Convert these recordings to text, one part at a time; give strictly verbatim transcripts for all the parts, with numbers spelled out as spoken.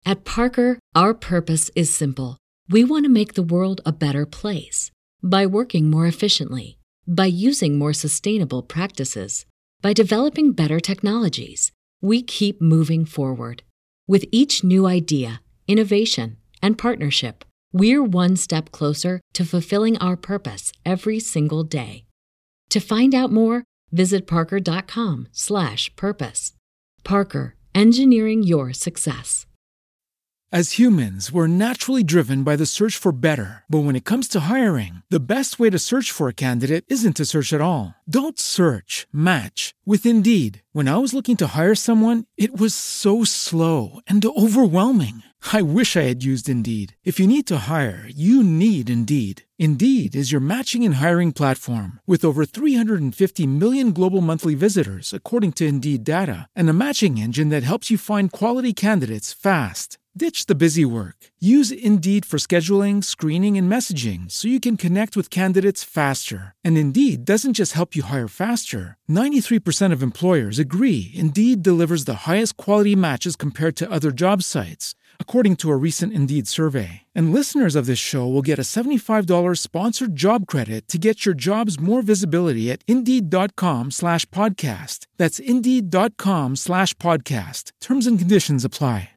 At Parker, our purpose is simple. We want to make the world a better place by working more efficiently, by using more sustainable practices, by developing better technologies. We keep moving forward. With each new idea, innovation, and partnership, we're one step closer to fulfilling our purpose every single day. To find out more, visit parker.com slash purpose. Parker, engineering your success. As humans, we're naturally driven by the search for better. But when it comes to hiring, the best way to search for a candidate isn't to search at all. Don't search, match with Indeed. When I was looking to hire someone, it was so slow and overwhelming. I wish I had used Indeed. If you need to hire, you need Indeed. Indeed is your matching and hiring platform with over three hundred fifty million global monthly visitors, according to Indeed data, and a matching engine that helps you find quality candidates fast. Ditch the busy work. Use Indeed for scheduling, screening, and messaging so you can connect with candidates faster. And Indeed doesn't just help you hire faster. ninety-three percent of employers agree Indeed delivers the highest quality matches compared to other job sites, according to a recent Indeed survey. And listeners of this show will get a seventy-five dollars sponsored job credit to get your jobs more visibility at Indeed.com slash podcast. That's Indeed.com slash podcast. Terms and conditions apply.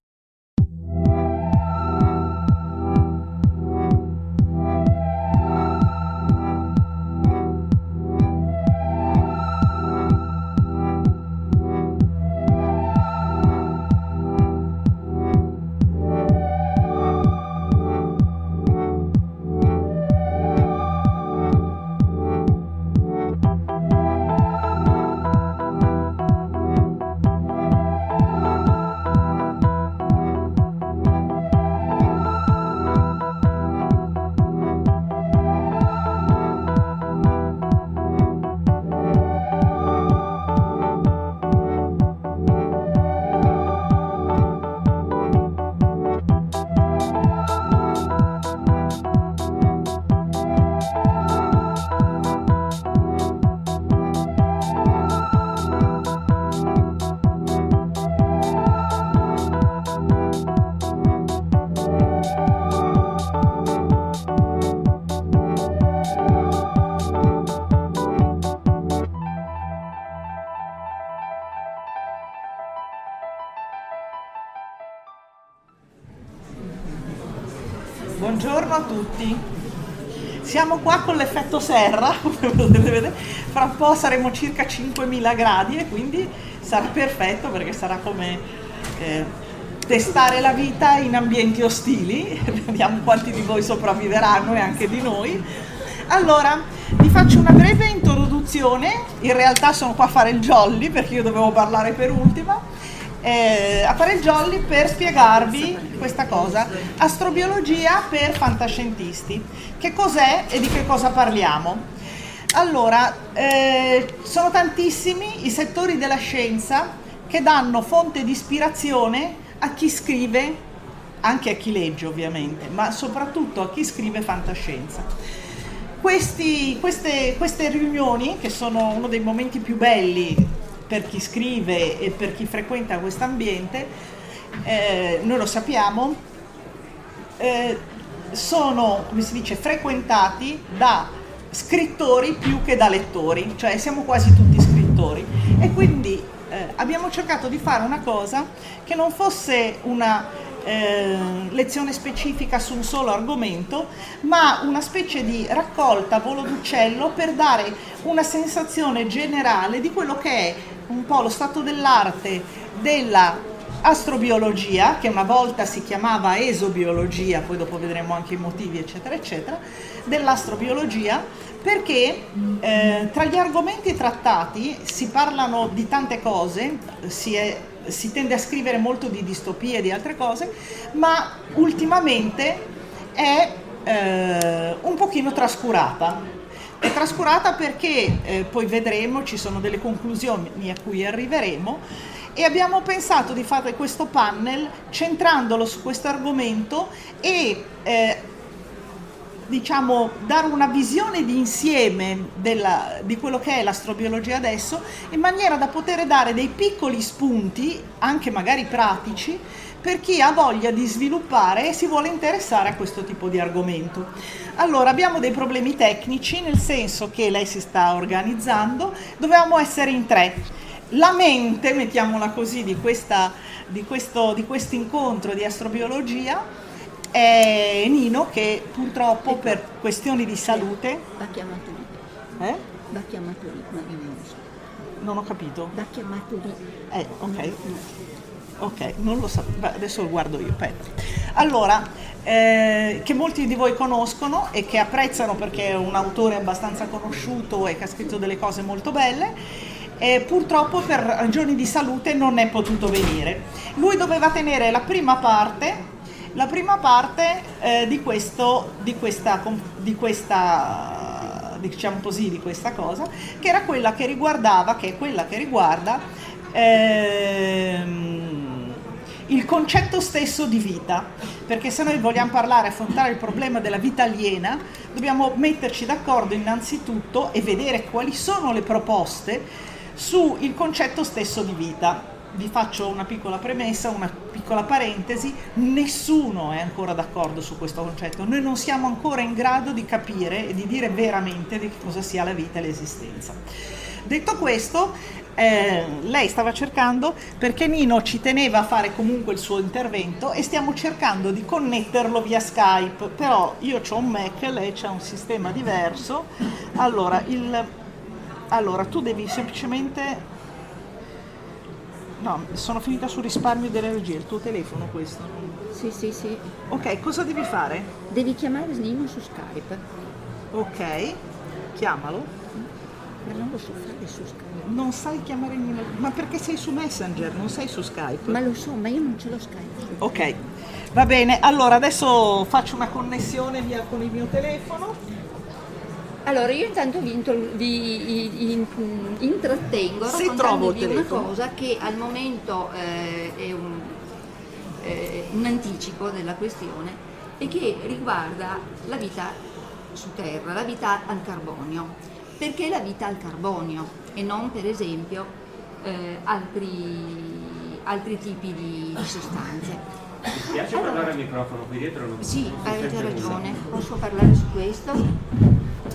Buongiorno a tutti, siamo qua con l'effetto serra, come potete vedere, fra un po' saremo circa cinquemila gradi e quindi sarà perfetto perché sarà come eh, testare la vita in ambienti ostili, vediamo quanti di voi sopravviveranno e anche di noi. Allora, vi faccio una breve introduzione, in realtà sono qua a fare il jolly perché io dovevo parlare per ultima. Eh, a fare il jolly per spiegarvi questa cosa, astrobiologia per fantascientisti. Che cos'è e di che cosa parliamo? Allora, eh, sono tantissimi i settori della scienza che danno fonte di ispirazione a chi scrive, anche a chi legge ovviamente, ma soprattutto a chi scrive fantascienza. Questi, queste, queste riunioni, che sono uno dei momenti più belli per chi scrive e per chi frequenta questo ambiente, eh, noi lo sappiamo, eh, sono, come si dice, frequentati da scrittori più che da lettori, cioè siamo quasi tutti scrittori e quindi eh, abbiamo cercato di fare una cosa che non fosse una eh, lezione specifica su un solo argomento, ma una specie di raccolta a volo d'uccello per dare una sensazione generale di quello che è un po' lo stato dell'arte della astrobiologia, che una volta si chiamava esobiologia, poi dopo vedremo anche i motivi eccetera eccetera, dell'astrobiologia, perché eh, tra gli argomenti trattati si parlano di tante cose, si, è, si tende a scrivere molto di distopie e di altre cose, ma ultimamente è eh, un pochino trascurata. È trascurata perché, eh, poi vedremo, ci sono delle conclusioni a cui arriveremo e abbiamo pensato di fare questo panel centrandolo su questo argomento e eh, diciamo dare una visione di insieme della, di quello che è l'astrobiologia adesso, in maniera da poter dare dei piccoli spunti, anche magari pratici, per chi ha voglia di sviluppare e si vuole interessare a questo tipo di argomento. Allora, abbiamo dei problemi tecnici, nel senso che lei si sta organizzando, dovevamo essere in tre. La mente, mettiamola così, di questa, di questo, di questo incontro di astrobiologia è Nino, che purtroppo per questioni di salute... Va chiamato lì. Eh? Va chiamato lì, ma io non lo so. Non ho capito. Va chiamato lì. Eh, ok. Ok, non lo so. Beh, adesso lo guardo io. Aspetta. Allora, eh, che molti di voi conoscono e che apprezzano perché è un autore abbastanza conosciuto e che ha scritto delle cose molto belle. E purtroppo per ragioni di salute non è potuto venire. Lui doveva tenere la prima parte. La prima parte eh, di, questo, di questa, di questa, diciamo così, di questa cosa, che era quella che riguardava, che è quella che riguarda ehm, il concetto stesso di vita, perché se noi vogliamo parlare, affrontare il problema della vita aliena, dobbiamo metterci d'accordo innanzitutto e vedere quali sono le proposte sul concetto stesso di vita. Vi faccio una piccola premessa, una piccola parentesi: nessuno è ancora d'accordo su questo concetto, noi non siamo ancora in grado di capire e di dire veramente di che cosa sia la vita e l'esistenza. Detto questo, eh, lei stava cercando, perché Nino ci teneva a fare comunque il suo intervento e stiamo cercando di connetterlo via Skype, però io ho un Mac e lei c'ha un sistema diverso. Allora, il, allora tu devi semplicemente... No, sono finita sul risparmio dell'energia, il tuo telefono questo? Sì, sì, sì. Ok, cosa devi fare? Devi chiamare Nino su Skype. Ok, chiamalo. Ma non lo so fare su Skype. Non sai chiamare Nino? Ma perché sei su Messenger, non sei su Skype? Ma lo so, ma io non ce l'ho Skype. Ok, va bene. Allora, adesso faccio una connessione via con il mio telefono. Allora, io intanto vi, intro- vi in, intrattengo Se trovo il raccontandovi una telefono. cosa che al momento eh, è un, eh, un anticipo della questione e che riguarda la vita su Terra, la vita al carbonio. Perché la vita al carbonio e non, per esempio, eh, altri, altri tipi di, di sostanze? Mi piace Allora, parlare al microfono qui dietro? Non sì, non avete sente ragione, nulla. posso parlare su questo?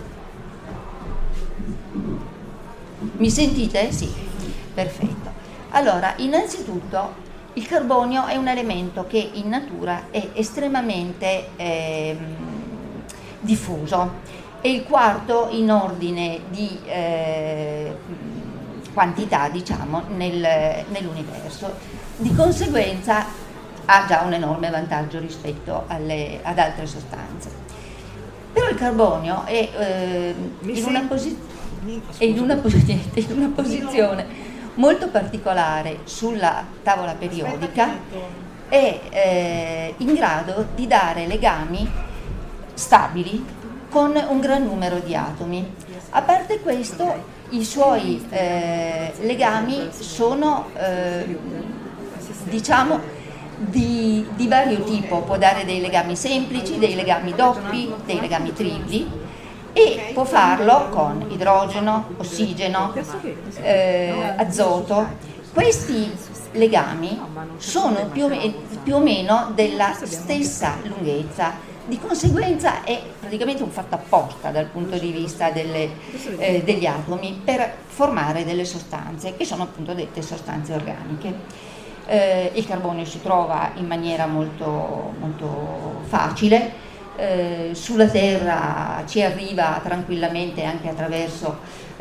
Mi sentite? Sì, perfetto. Allora, innanzitutto il carbonio è un elemento che in natura è estremamente ehm, diffuso, è il quarto in ordine di eh, quantità, diciamo, nel, nell'universo. Di conseguenza ha già un enorme vantaggio rispetto alle, ad altre sostanze. Però il carbonio è eh, in una posizione è in una, in una posizione molto particolare sulla tavola periodica, è eh, in grado di dare legami stabili con un gran numero di atomi. A parte questo, i suoi eh, legami sono eh, diciamo di, di vario tipo, può dare dei legami semplici, dei legami doppi, dei legami tripli, e può farlo con idrogeno, ossigeno, eh, azoto. Questi legami sono più o, me- più o meno della stessa lunghezza, di conseguenza è praticamente un fatto apposta dal punto di vista delle, eh, degli atomi per formare delle sostanze che sono appunto dette sostanze organiche. Eh, il carbonio si trova in maniera molto, molto facile. Eh, sulla Terra ci arriva tranquillamente anche attraverso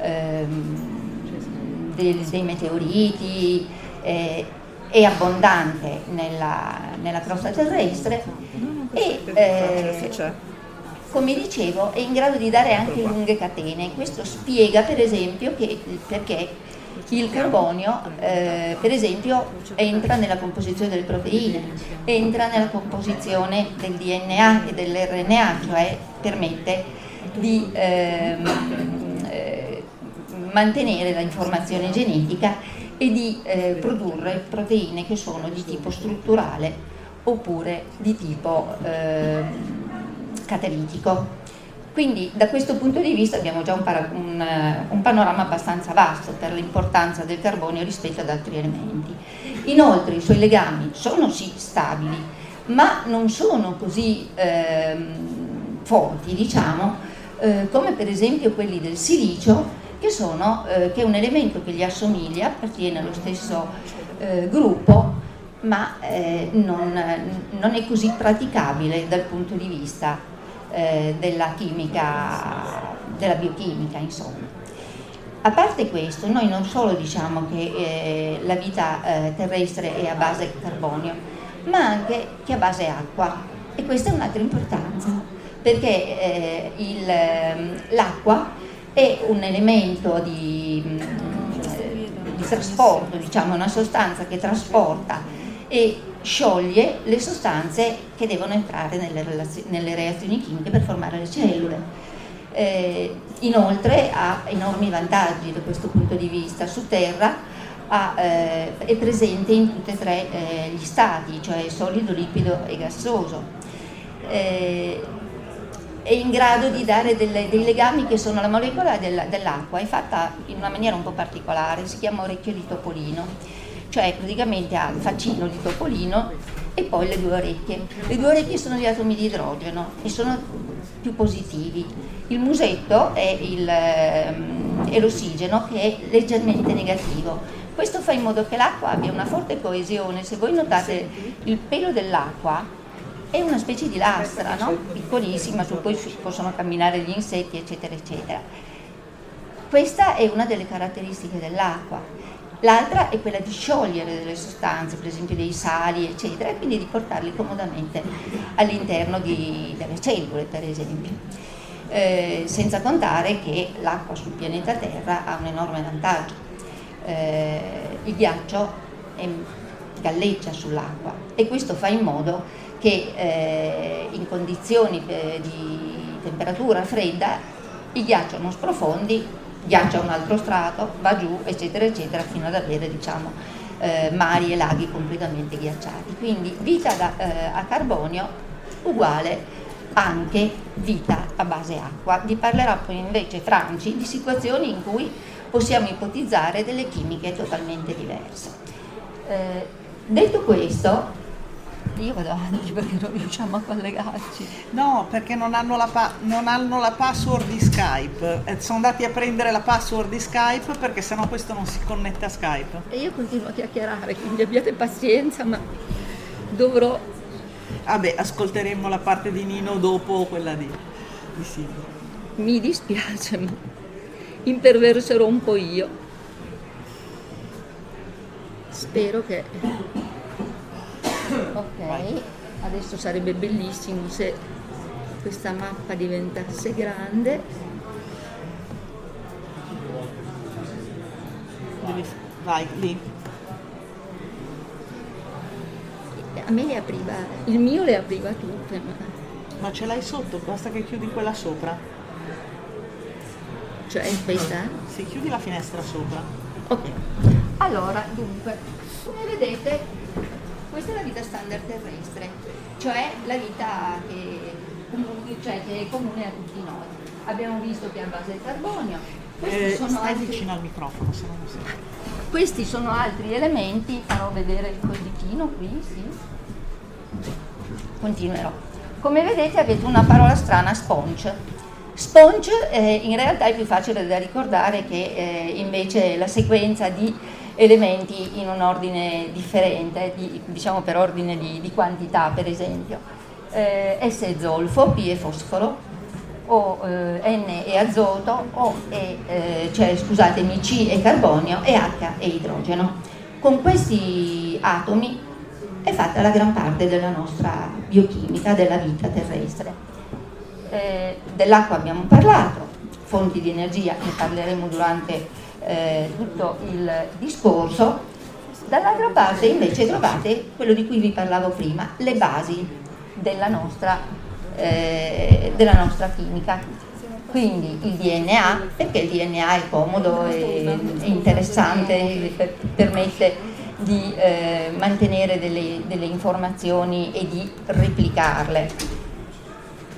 ehm, dei, dei meteoriti, eh, è abbondante nella, nella crosta terrestre e eh, come dicevo è in grado di dare anche lunghe catene. Questo spiega per esempio che, perché il carbonio eh, per esempio entra nella composizione delle proteine, entra nella composizione del D N A e dell'R N A, cioè permette di ehm, eh, mantenere la informazione genetica e di eh, produrre proteine che sono di tipo strutturale oppure di tipo eh, catalitico. Quindi da questo punto di vista abbiamo già un, para- un, un panorama abbastanza vasto per l'importanza del carbonio rispetto ad altri elementi. Inoltre i suoi legami sono sì stabili, ma non sono così ehm, forti, diciamo, eh, come per esempio quelli del silicio, che, sono, eh, che è un elemento che gli assomiglia, appartiene allo stesso eh, gruppo, ma eh, non, non è così praticabile dal punto di vista eh, della chimica, della biochimica, insomma. A parte questo, noi non solo diciamo che eh, la vita eh, terrestre è a base carbonio, ma anche che è a base acqua, e questa è un'altra importanza, perché eh, il, l'acqua è un elemento di, di trasporto, diciamo, una sostanza che trasporta e scioglie le sostanze che devono entrare nelle, relazio- nelle reazioni chimiche per formare le cellule. Eh, inoltre ha enormi vantaggi da questo punto di vista. Su Terra ha, eh, è presente in tutti e tre eh, gli stati, cioè solido, liquido e gassoso. Eh, è in grado di dare delle, dei legami che sono la molecola della, dell'acqua, è fatta in una maniera un po' particolare, si chiama orecchio di topolino, cioè praticamente ha il faccino di topolino e poi le due orecchie. Le due orecchie sono gli atomi di idrogeno e sono più positivi. Il musetto è, il, è l'ossigeno, che è leggermente negativo. Questo fa in modo che l'acqua abbia una forte coesione. Se voi notate il pelo dell'acqua è una specie di lastra, no? Piccolissima, su cui possono camminare gli insetti, eccetera, eccetera. Questa è una delle caratteristiche dell'acqua. L'altra è quella di sciogliere delle sostanze, per esempio dei sali, eccetera, e quindi di portarli comodamente all'interno di, delle cellule, per esempio. Eh, senza contare che l'acqua sul pianeta Terra ha un enorme vantaggio. Eh, il ghiaccio è, galleggia sull'acqua e questo fa in modo che eh, in condizioni eh, di temperatura fredda il ghiaccio non sprofondi, ghiaccia un altro strato, va giù, eccetera, eccetera, fino ad avere, diciamo, eh, mari e laghi completamente ghiacciati. Quindi vita da, eh, a carbonio uguale anche vita a base acqua. Vi parlerà poi invece Franci di situazioni in cui possiamo ipotizzare delle chimiche totalmente diverse. Eh, detto questo, io vado avanti perché non riusciamo a collegarci. No, perché non hanno la, pa- non hanno la password di Skype. Eh, sono andati a prendere la password di Skype perché sennò questo non si connette a Skype. E io continuo a chiacchierare, quindi abbiate pazienza, ma dovrò... Vabbè, ascolteremo la parte di Nino dopo quella di, di Silvia. Mi dispiace, ma imperverserò un po' io. Spero che... Ok, adesso sarebbe bellissimo se questa mappa diventasse grande. Vai, lì. A me le apriva, il mio le apriva tutte. Ma, ma ce l'hai sotto, basta che chiudi quella sopra. Cioè questa? Sì, chiudi la finestra sopra. Ok, allora, dunque, come vedete... Questa è la vita standard terrestre, cioè la vita che, cioè che è comune a tutti noi. Abbiamo visto che è a base di carbonio. Eh, sono stai altri... vicino al microfono, se non lo sai. Questi sono altri elementi, farò vedere il codicino qui, sì. Continuerò. Come vedete avete una parola strana, sponge. Sponge eh, in realtà è più facile da ricordare che eh, invece la sequenza di elementi in un ordine differente, di, diciamo per ordine di, di quantità, per esempio. Eh, S è zolfo, P è fosforo, O, eh, N è azoto, O è, eh, cioè, scusatemi, C è carbonio e H è idrogeno. Con questi atomi è fatta la gran parte della nostra biochimica, della vita terrestre. Eh, dell'acqua abbiamo parlato, fonti di energia, ne parleremo durante Eh, tutto il discorso. Dall'altra parte invece trovate quello di cui vi parlavo prima, le basi della nostra, eh, della nostra chimica. Quindi il D N A, perché il D N A è comodo e è interessante, permette di eh, mantenere delle, delle informazioni e di replicarle.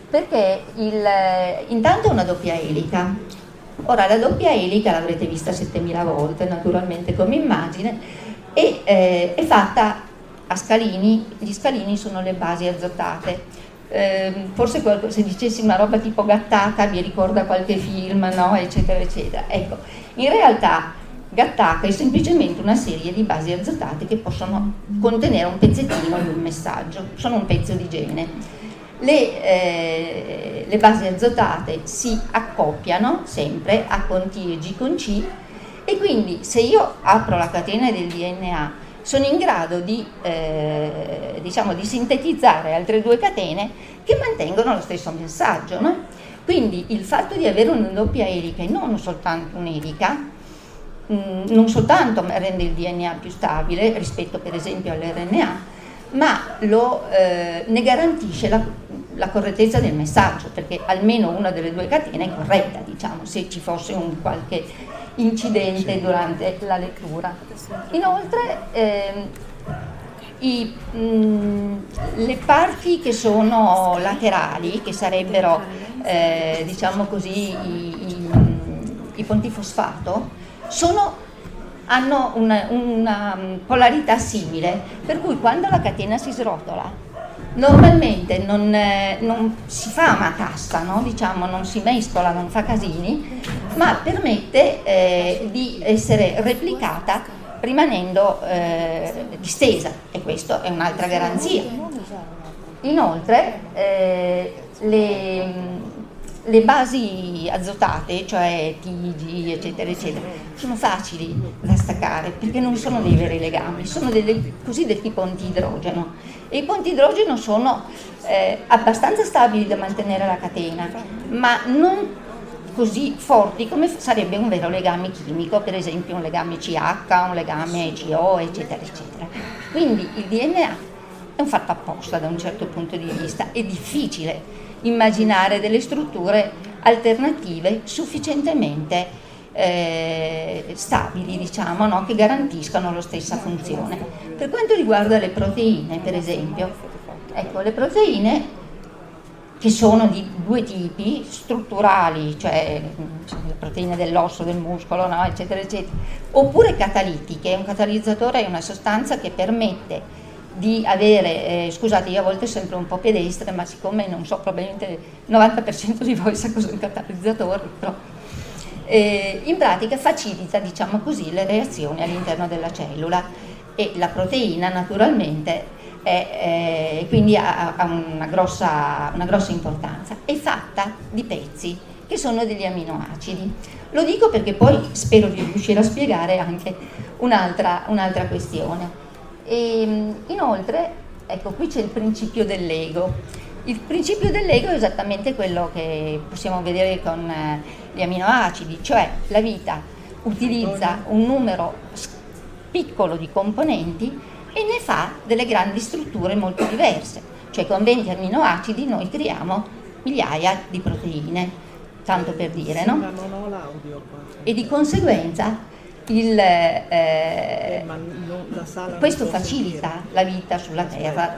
perché il, intanto è una doppia elica. Ora, la doppia elica l'avrete vista settemila volte, naturalmente, come immagine, e eh, è fatta a scalini. Gli scalini sono le basi azotate. Eh, forse qualcosa, se dicessi una roba tipo Gattaca vi ricorda qualche film, no? Eccetera, eccetera. Ecco, in realtà Gattaca è semplicemente una serie di basi azotate che possono contenere un pezzettino di un messaggio, sono un pezzo di gene. Le, eh, le basi azotate si accoppiano sempre A con T e G con C, e quindi se io apro la catena del D N A sono in grado di, eh, diciamo, di sintetizzare altre due catene che mantengono lo stesso messaggio, no? Quindi il fatto di avere una doppia elica e non soltanto un'elica mh, non soltanto rende il D N A più stabile rispetto per esempio all'R N A, ma lo, eh, ne garantisce la, la correttezza del messaggio, perché almeno una delle due catene è corretta, diciamo, se ci fosse un qualche incidente durante la lettura. Inoltre ehm, i, mh, le parti che sono laterali, che sarebbero eh, diciamo così i, i, i pontifosfato, sono hanno una, una polarità simile, per cui quando la catena si srotola normalmente non, eh, non si fa una cassa, no? Diciamo, non si mescola, non fa casini, ma permette eh, di essere replicata rimanendo eh, distesa, e questa è un'altra garanzia. Inoltre eh, le Le basi azotate, cioè T, G, eccetera, eccetera, sono facili da staccare perché non sono dei veri legami, sono delle, cosiddetti ponti idrogeno, e i ponti idrogeno sono eh, abbastanza stabili da mantenere la catena, ma non così forti come sarebbe un vero legame chimico, per esempio un legame C H, un legame C O, eccetera, eccetera. Quindi il D N A è un fatto apposta da un certo punto di vista, è difficile immaginare delle strutture alternative sufficientemente eh, stabili, diciamo, no? Che garantiscano la stessa funzione. Per quanto riguarda le proteine, per esempio, ecco, le proteine, che sono di due tipi, strutturali, cioè le proteine dell'osso, del muscolo, no? Eccetera, eccetera, oppure catalitiche. Un catalizzatore è una sostanza che permette di avere, eh, scusate, io a volte sempre un po' pedestre, ma siccome non so, probabilmente il novanta per cento di voi sa cos'è un catalizzatore, però eh, in pratica facilita, diciamo così, le reazioni all'interno della cellula, e la proteina naturalmente è, eh, quindi ha, ha una, grossa, una grossa importanza. È fatta di pezzi che sono degli aminoacidi. Lo dico perché poi spero di riuscire a spiegare anche un'altra, un'altra questione. E inoltre, ecco, qui c'è il principio dell'ego. Il principio dell'ego è esattamente quello che possiamo vedere con eh, gli aminoacidi, cioè la vita utilizza un numero piccolo di componenti e ne fa delle grandi strutture molto diverse, cioè con venti aminoacidi noi creiamo migliaia di proteine, tanto per dire, no? E di conseguenza Il, eh, questo facilita la vita sulla Terra.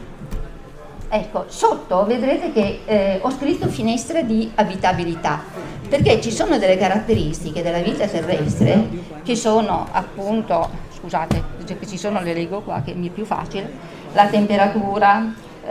Ecco, sotto vedrete che eh, ho scritto finestre di abitabilità, perché ci sono delle caratteristiche della vita terrestre che sono appunto, scusate, che ci sono, le leggo qua che mi è più facile, la temperatura,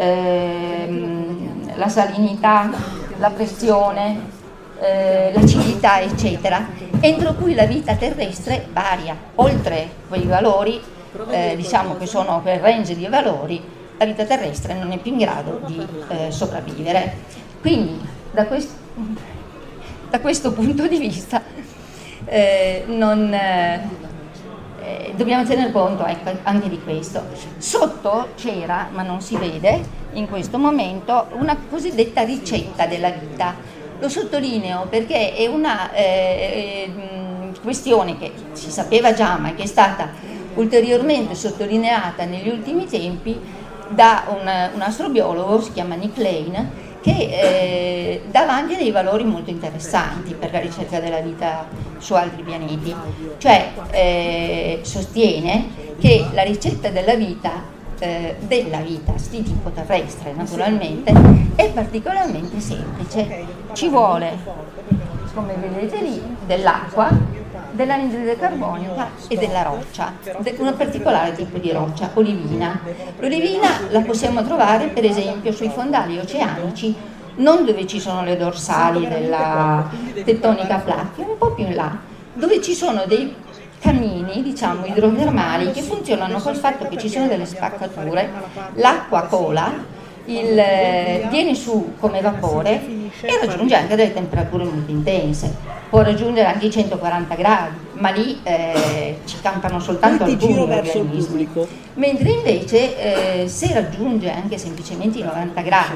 ehm, la salinità, la pressione, eh, l'acidità, eccetera, entro cui la vita terrestre varia. Oltre quei valori, eh, diciamo che sono quel range di valori, la vita terrestre non è più in grado di eh, sopravvivere. Quindi da, quest- da questo punto di vista eh, non, eh, dobbiamo tener conto, ecco, anche di questo. Sotto c'era, ma non si vede in questo momento, una cosiddetta ricetta della vita. Lo sottolineo perché è una eh, questione che si sapeva già, ma che è stata ulteriormente sottolineata negli ultimi tempi da un, un astrobiologo, si chiama Nick Lane, che eh, dà avanti dei valori molto interessanti per la ricerca della vita su altri pianeti. Cioè eh, sostiene che la ricetta della vita eh, della vita di tipo terrestre naturalmente è particolarmente semplice. Ci vuole, come vedete lì, dell'acqua, dell'anidride carbonica e della roccia, un particolare tipo di roccia, olivina. L'olivina la possiamo trovare per esempio sui fondali oceanici, non dove ci sono le dorsali della tettonica placca, un po' più in là, dove ci sono dei camini, diciamo, idrotermali che funzionano col fatto che ci sono delle spaccature, l'acqua cola, il, eh, viene su come vapore e raggiunge anche delle temperature molto intense, può raggiungere anche i centoquaranta gradi, ma lì eh, ci campano soltanto alcuni organismi, mentre invece eh, se raggiunge anche semplicemente i novanta gradi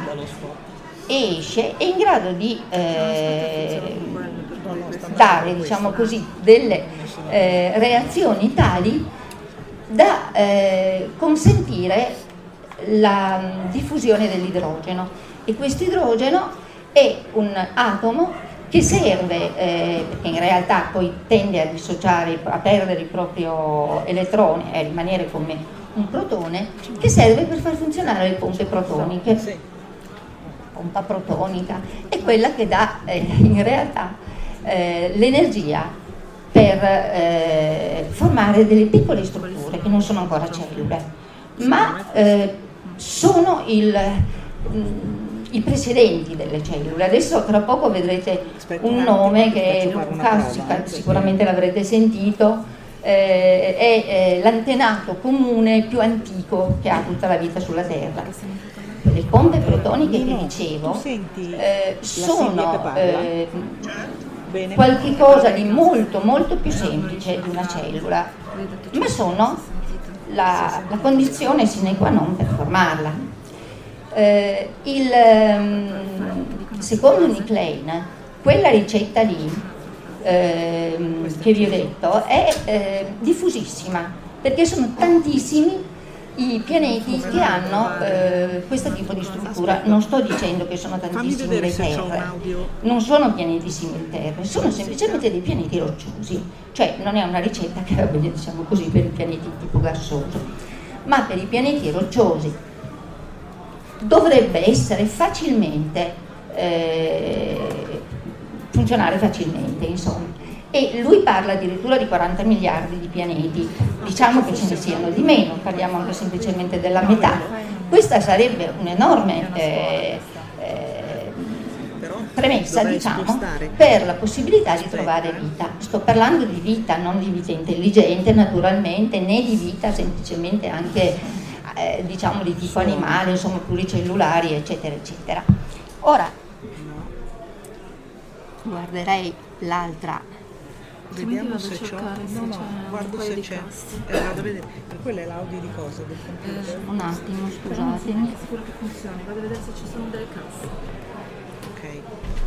e esce, è in grado di eh, dare, diciamo così, delle eh, reazioni tali da eh, consentire la diffusione dell'idrogeno, e questo idrogeno è un atomo che serve, eh, perché in realtà poi tende a dissociare, a perdere il proprio elettrone e a rimanere come un protone, che serve per far funzionare le pompe protoniche. Pompa protonica è quella che dà eh, in realtà eh, l'energia per eh, formare delle piccole strutture che non sono ancora cellule, ma eh, sono il, i precedenti delle cellule. Adesso tra poco vedrete un nome che è Luca, sicuramente l'avrete sentito, eh, è eh, l'antenato comune più antico che ha tutta la vita sulla Terra. Le pompe protoniche che dicevo eh, sono eh, qualche cosa di molto molto più semplice di una cellula, ma sono la, la condizione sine qua non per formarla. Eh, il, secondo Nick Lane, quella ricetta lì eh, che vi ho detto è eh, diffusissima, perché sono tantissimi i pianeti che hanno eh, questo tipo di struttura. Non sto dicendo che sono tantissime le terre, non sono pianeti simili terre, sono semplicemente dei pianeti rocciosi, cioè non è una ricetta che va bene, diciamo così, per i pianeti tipo gassoso, ma per i pianeti rocciosi dovrebbe essere facilmente eh, funzionare facilmente, insomma. E lui parla addirittura di quaranta miliardi di pianeti, diciamo che ce ne siano di meno, parliamo anche semplicemente della metà. Questa sarebbe un'enorme eh, eh, premessa, diciamo, per la possibilità di trovare vita. Sto parlando di vita, non di vita intelligente naturalmente, né di vita semplicemente anche eh, diciamo di tipo animale, insomma pluricellulari, eccetera, eccetera. Ora guarderei l'altra. Vediamo se c'è. No, no, guardo se c'è. Eh, vado a vedere. Per quello è l'audio di cosa? Del computer? Un attimo, scusate. Non sono sicura che funzioni, vado a vedere se ci sono delle casse. Ok.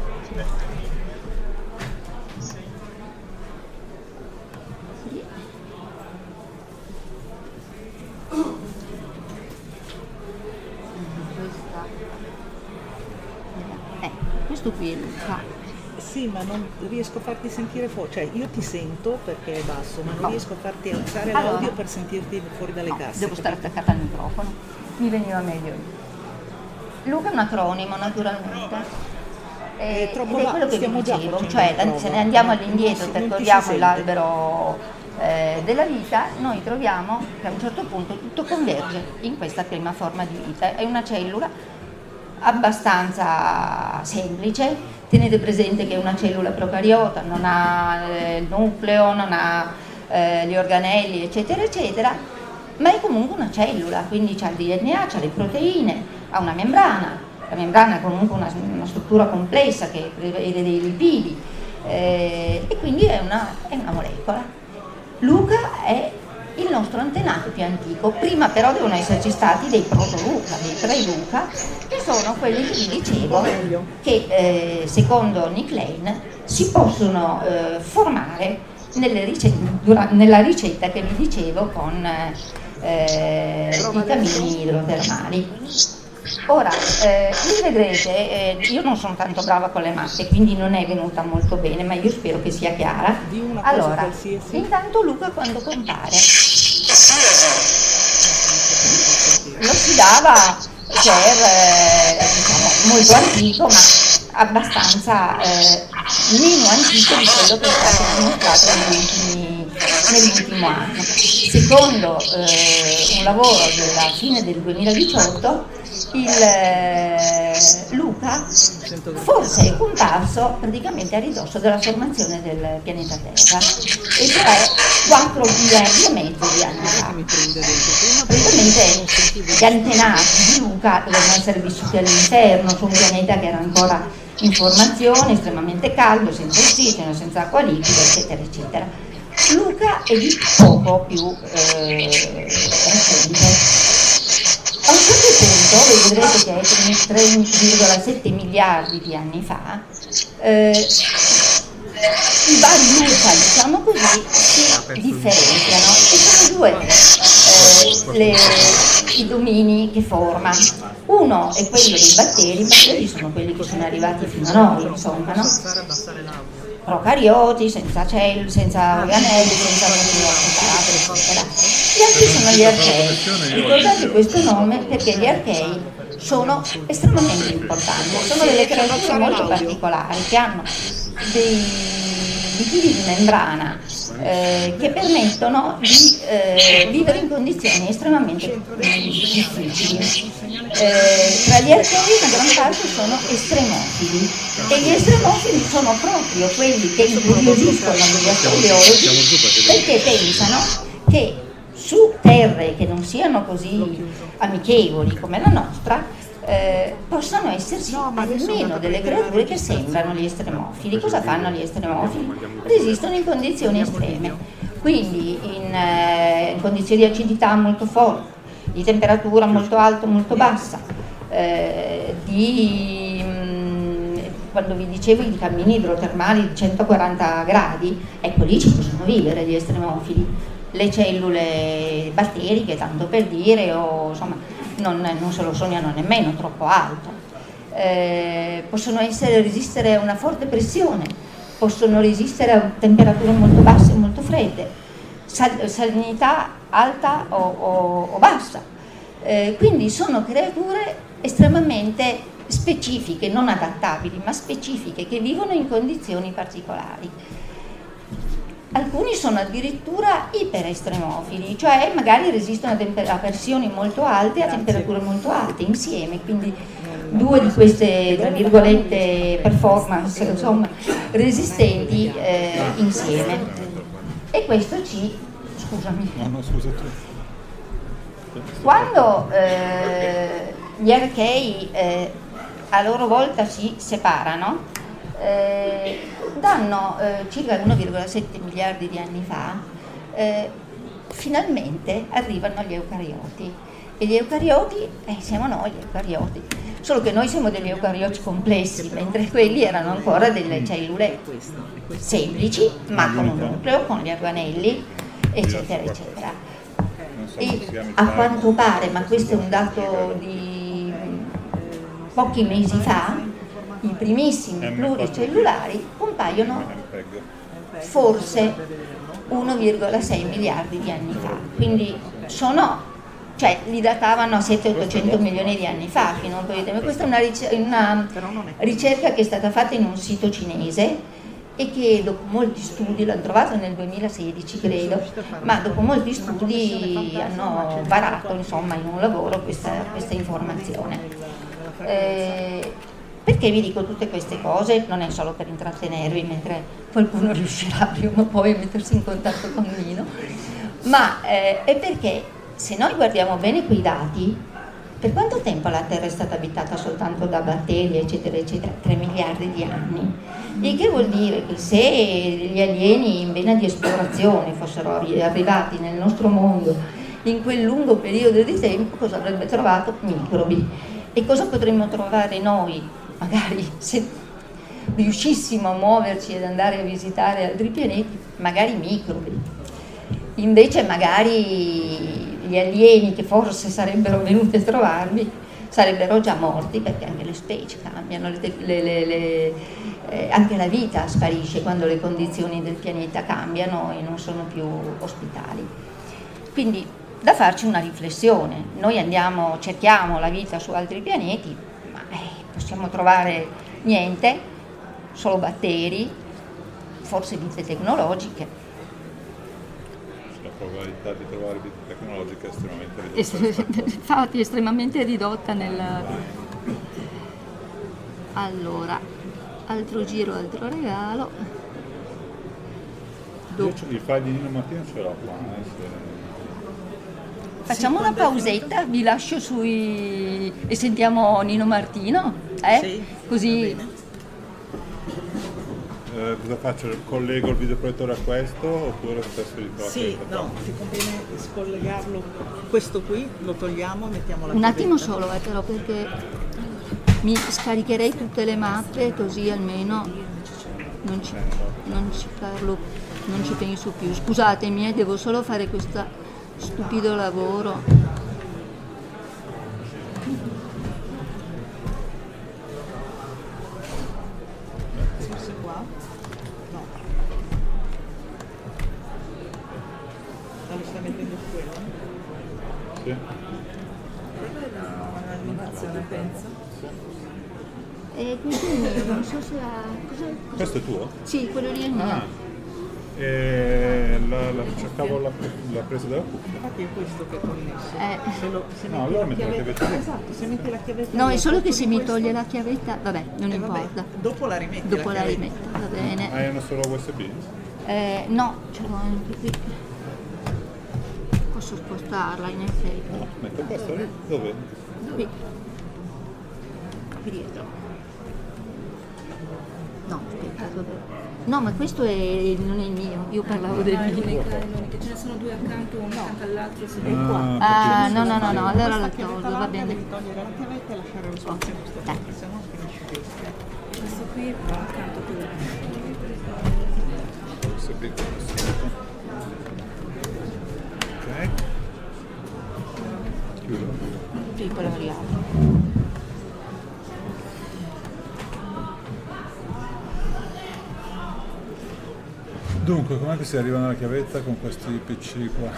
Eh, questo qui è Luca. Sì, ma non riesco a farti sentire fuori, cioè io ti sento perché è basso, ma non no. riesco a farti alzare allora, l'audio per sentirti fuori dalle no, casse. Devo stare attaccata al microfono, mi veniva meglio. Luca è un acronimo naturalmente, e, è troppo ed è quello che vi dicevo, cioè se ne andiamo all'indietro, percorriamo l'albero eh, della vita, noi troviamo che a un certo punto tutto converge in questa prima forma di vita. È una cellula abbastanza semplice. Tenete presente che una cellula procariota non ha eh, il nucleo, non ha eh, gli organelli, eccetera, eccetera, ma è comunque una cellula, quindi c'ha il D N A, c'ha le proteine, ha una membrana, la membrana è comunque una, una struttura complessa che prevede dei lipidi eh, e quindi è una, è una molecola. Luca è il nostro antenato più antico, prima però devono esserci stati dei proto-Luca, dei pre-Luca, che sono quelli che vi dicevo, che eh, secondo Nick Lane si possono eh, formare nelle ricette, dura, nella ricetta che vi dicevo con eh, i camini idrotermali. Ora, eh, qui vedrete, eh, io non sono tanto brava con le mappe, quindi non è venuta molto bene, ma io spero che sia chiara. Allora, intanto Luca quando compare, dava per eh, diciamo, molto antico, ma abbastanza eh, meno antico di quello che è stato dimostrato negli ultimi, nell'ultimo anno. Secondo eh, un lavoro della fine del duemiladiciotto, il eh, Luca forse è comparso praticamente a ridosso della formazione del pianeta Terra, e cioè quattro miliardi e mezzo di anni fa. Praticamente gli antenati di Luca dovevano essere vissuti all'interno su un pianeta che era ancora in formazione, estremamente caldo, senza ossigeno, senza acqua liquida, eccetera, eccetera. Luca è di poco più eh, recente. A un certo punto, vedrete che è tre virgola sette miliardi di anni fa, eh, i vari Luca, diciamo così, si differenziano e sono due eh, le, i domini che forma. Uno è quello dei batteri, i batteri sono quelli che sono arrivati fino a noi, insomma, no? Procarioti, senza cellule, senza organelli, senza nucleo, eccetera. Gli altri sono gli archei. Ricordate questo nome perché gli archei sono estremamente importanti, sono delle creature molto particolari che hanno dei liquidi di membrana eh, che permettono di eh, vivere in condizioni estremamente difficili. Eh, tra gli archei una gran parte sono estremofili, e gli estremofili sono proprio quelli che incuriosiscono gli astrobiologi perché pensano che su terre che non siano così amichevoli come la nostra eh, possano esserci almeno delle creature che sembrano gli estremofili. Cosa fanno gli estremofili? Resistono in condizioni estreme, quindi in, eh, in condizioni di acidità molto forti, di temperatura molto alta, molto bassa, eh, di mh, quando vi dicevo di cammini idrotermali di centoquaranta gradi, ecco lì ci possono vivere gli estremofili. Le cellule batteriche, tanto per dire, o insomma non, non se lo sognano nemmeno troppo alto. Eh, possono essere, resistere a una forte pressione, possono resistere a temperature molto basse e molto fredde, sal- salinità alta o, o, o bassa. Eh, quindi sono creature estremamente specifiche, non adattabili, ma specifiche, che vivono in condizioni particolari. Alcuni sono addirittura iperestremofili, cioè magari resistono a, temper- a pressioni molto alte e a temperature molto alte insieme, quindi due di queste, tra virgolette, performance, insomma, resistenti eh, insieme. E questo ci... scusami. No, no, scusa tu. Quando eh, gli archei eh, a loro volta si separano, Eh, danno eh, circa uno virgola sette miliardi di anni fa, eh, finalmente arrivano gli eucarioti. E gli eucarioti, eh, siamo noi gli eucarioti, solo che noi siamo degli eucarioti complessi, mentre quelli erano ancora delle cellule semplici, ma con un nucleo, con gli organelli, eccetera, eccetera. E a quanto pare, ma questo è un dato di pochi mesi fa, i primissimi pluricellulari compaiono forse uno virgola sei miliardi di anni fa, quindi sono, cioè li datavano a settecento ottocento milioni di anni fa, fino a un po' di tempo. Questa è una, ricer- una ricerca che è stata fatta in un sito cinese e che dopo molti studi, l'hanno trovato nel duemilasedici credo, ma dopo molti studi hanno varato insomma in un lavoro questa, questa informazione. Eh, Perché vi dico tutte queste cose? Non è solo per intrattenervi mentre qualcuno riuscirà prima o poi a mettersi in contatto con Nino, ma eh, è perché se noi guardiamo bene quei dati, per quanto tempo la Terra è stata abitata soltanto da batteri, eccetera, eccetera? tre miliardi di anni. Il che vuol dire che se gli alieni in vena di esplorazione fossero arrivati nel nostro mondo in quel lungo periodo di tempo, cosa avrebbe trovato? Microbi. E cosa potremmo trovare noi? Magari se riuscissimo a muoverci ed andare a visitare altri pianeti, magari microbi. Invece magari gli alieni che forse sarebbero venuti a trovarvi sarebbero già morti, perché anche le specie cambiano, le, le, le, le, eh, anche la vita sparisce quando le condizioni del pianeta cambiano e non sono più ospitali. Quindi da farci una riflessione. Noi andiamo, cerchiamo la vita su altri pianeti, ma eh, possiamo trovare niente, solo batteri, forse vite tecnologiche. La probabilità di trovare vite tecnologiche è estremamente ridotta. Infatti, estremamente ridotta nel... Allora, altro giro, altro regalo. Io il file di Nino Martino ce l'ho qua. Eh, se... Facciamo una pausetta, vi lascio sui... e sentiamo Nino Martino, eh? Sì, Così... Eh, cosa faccio? Collego il videoproiettore a questo oppure stesso di Sì, no, ti conviene scollegarlo, questo qui lo togliamo, mettiamo la Un attimo chiavetta. solo, eh, però, perché mi scaricherei tutte le mappe così almeno non ci, non ci parlo, non ci penso più. Scusatemi, eh, devo solo fare questo stupido lavoro. Forse qua? No. Dove sta mettendo quello? Sì. L'animazione, penso. E questo è mio, non so se ha... Cosa, cosa... Questo è tuo? Sì, quello lì è mio. Ah. E la, la, cercavo la, la presa della cuffia. Infatti è questo che è connesso. Eh. Se, lo, se No, metti allora la metti la chiavetta, chiavetta. esatto, se metti la chiavetta. No, lì è al solo posto che se di mi questo- toglie la chiavetta, vabbè, non eh, vabbè, importa. dopo la rimetti. Dopo la chiavetta. rimetto, va bene. Hai una solo U S B? Eh, no, ce l'ho anche qui. Posso spostarla in effetti. No, metto questo lì. Dove? Qui. Qui dietro. No, aspetta, dove? No, ma questo è, non è il mio, io parlavo del Ah, è mio. l'unica, è l'unica. Ce ne sono due accanto, uno accanto all'altro. Se Ah, qua. Ah, no, no, no, no, allora Questa la chiavetta tolgo, va larga bene. devi togliere la chiavetta e lasciare lo spazio questo Dai. qui, se no finisce pesca. questo qui va accanto a quello. U S B questo. Ok. Chiudo. Sì, poi lo riapro. Dunque, com'è che si arriva alla chiavetta con questi P C qua?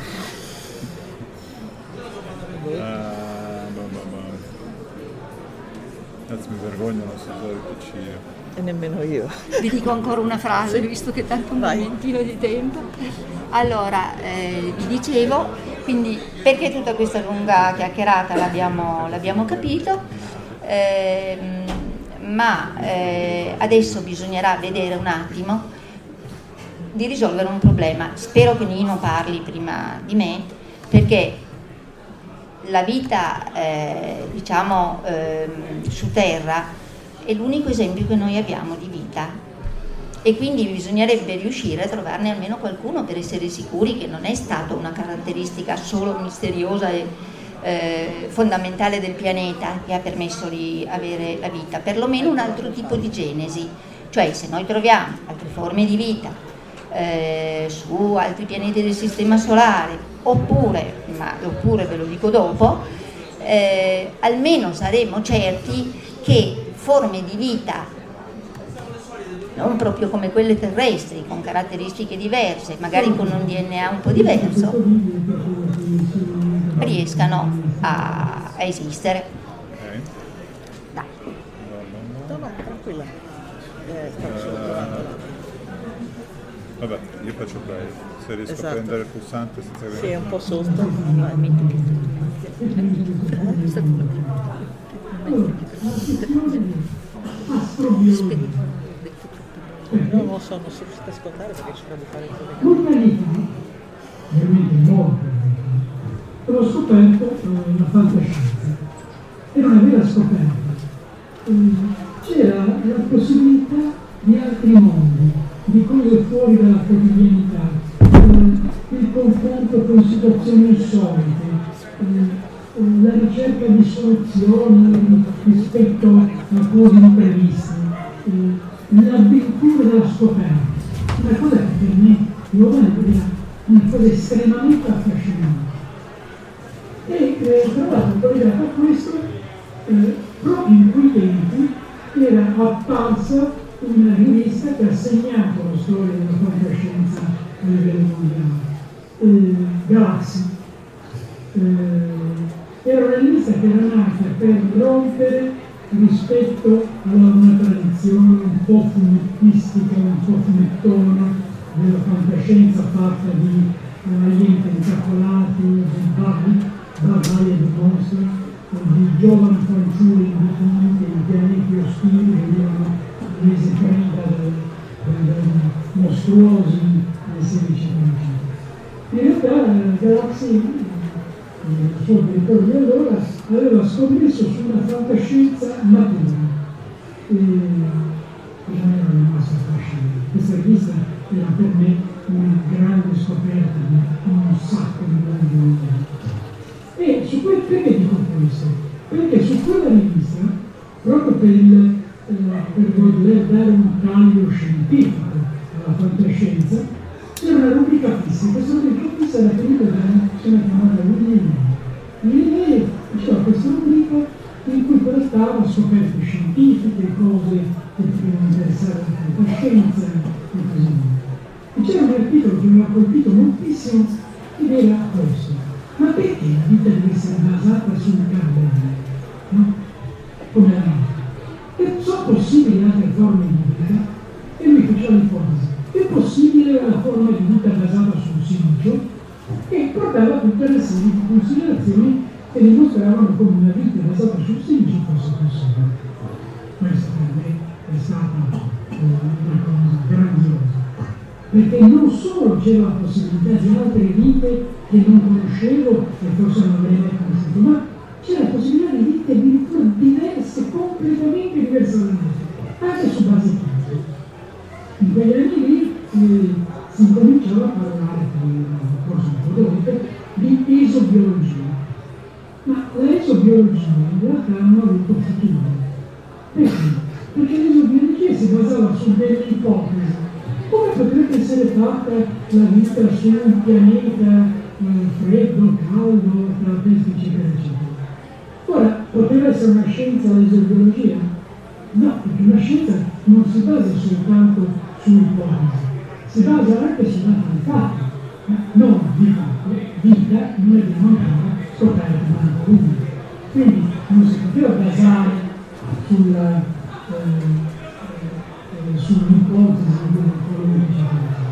Ah, bah, bah, bah. Adesso mi vergogno non so usare il P C io. E nemmeno io. Vi dico ancora una frase, visto che tanto un Vai. momentino di tempo. Allora, eh, vi dicevo, quindi perché tutta questa lunga chiacchierata l'abbiamo, l'abbiamo capito, ehm, ma eh, adesso bisognerà vedere un attimo di risolvere un problema. Spero che Nino parli prima di me, perché la vita, eh, diciamo, ehm, su Terra è l'unico esempio che noi abbiamo di vita e quindi bisognerebbe riuscire a trovarne almeno qualcuno per essere sicuri che non è stata una caratteristica solo misteriosa e eh, fondamentale del pianeta che ha permesso di avere la vita, perlomeno un altro tipo di genesi, cioè se noi troviamo altre forme di vita eh, su altri pianeti del sistema solare oppure, ma l'oppure ve lo dico dopo, eh, almeno saremo certi che forme di vita non proprio come quelle terrestri, con caratteristiche diverse, magari con un D N A un po' diverso, riescano a, a esistere. Ok. Dai. No, no, tranquilla. Eh, stavo solo trovando la... Vabbè, io faccio play. Se riesco Esatto. a prendere il pulsante senza che... Sì, è un po' sotto. Vai, metti. No, non so, non si riesce ad ascoltare perché ci di fare il collegamento. Veramente molto. L'ho scoperto eh, una fantascienza. Era una vera scoperta. Eh, C'era la possibilità di altri mondi, di cose fuori dalla quotidianità, eh, il confronto con situazioni insolite, eh, la ricerca di soluzioni rispetto a cose impreviste, eh, l'avventura della scoperta. Una cosa che per me nuovamente era una cosa estremamente affascinante. E eh, tra l'altro collegato a questo, eh, proprio in quei tempi era apparsa una rivista che ha segnato la storia della fantascienza a livello mondiale, eh, Galaxy. Eh, era una rivista che era nata per rompere rispetto a una tradizione un po' fumettistica, un po' fumettona, della fantascienza fatta di alieni tentacolati, di barbari e di mostri, di giovani fanciulli indipendenti, di pianeti ostili che venivano resi preda da mostruosi nel sedici. In realtà Galaxy, il suo direttore di allora, aveva scommesso su una fantascienza matura e non era rimasto affascinato. Questa rivista era per me una grande scoperta di un sacco di mondi. E su quel, perché dico questo? Perché su quella rivista, proprio per, il, eh, per voler dare un taglio scientifico alla fantascienza, c'era una rubrica fissa. Questa rubrica fissa era tenuta da una persona chiamata William Ley. William Ley faceva questa rubrica in cui trattava scoperte scientifiche, cose che potevano interessare la fantascienza e così via. E c'era un articolo che mi ha colpito moltissimo ed era questo: ma perché la vita deve essere basata sul carbonio? No? Come la vita? E sono possibili altre forme di vita? E lui faceva l'ipotesi: è possibile la forma di vita basata sul silicio? E portava tutte le serie di considerazioni che dimostravano come una vita basata sul silicio fosse possibile. Questa per me è stata eh, una cosa grandiosa, perché non solo c'era la possibilità di altre vite che non conoscevo e forse non avrei mai conosciuto, ma c'era la possibilità di vite addirittura diverse, completamente diverse dalle nostre, anche su base chimica. In quegli anni lì eh, si incominciava a parlare, forse un po' dopo, di esobiologia. Ma la esobiologia in realtà non ha avuto futuro. Perché? Perché l'esobiologia si basava su delle ipotesi. Come potrebbe essere fatta la vita su un pianeta eh, freddo, caldo, caratteristici, eccetera, eccetera? Ora, poteva essere una scienza l'esobiologia? No, perché una scienza non si basa soltanto su ipotesi, si basa anche su dati di fatto, non di fatto, vita non abbiamo ancora scoperto manco una. Quindi non si poteva basare sulla, eh, eh, sull'ipotesi di quello che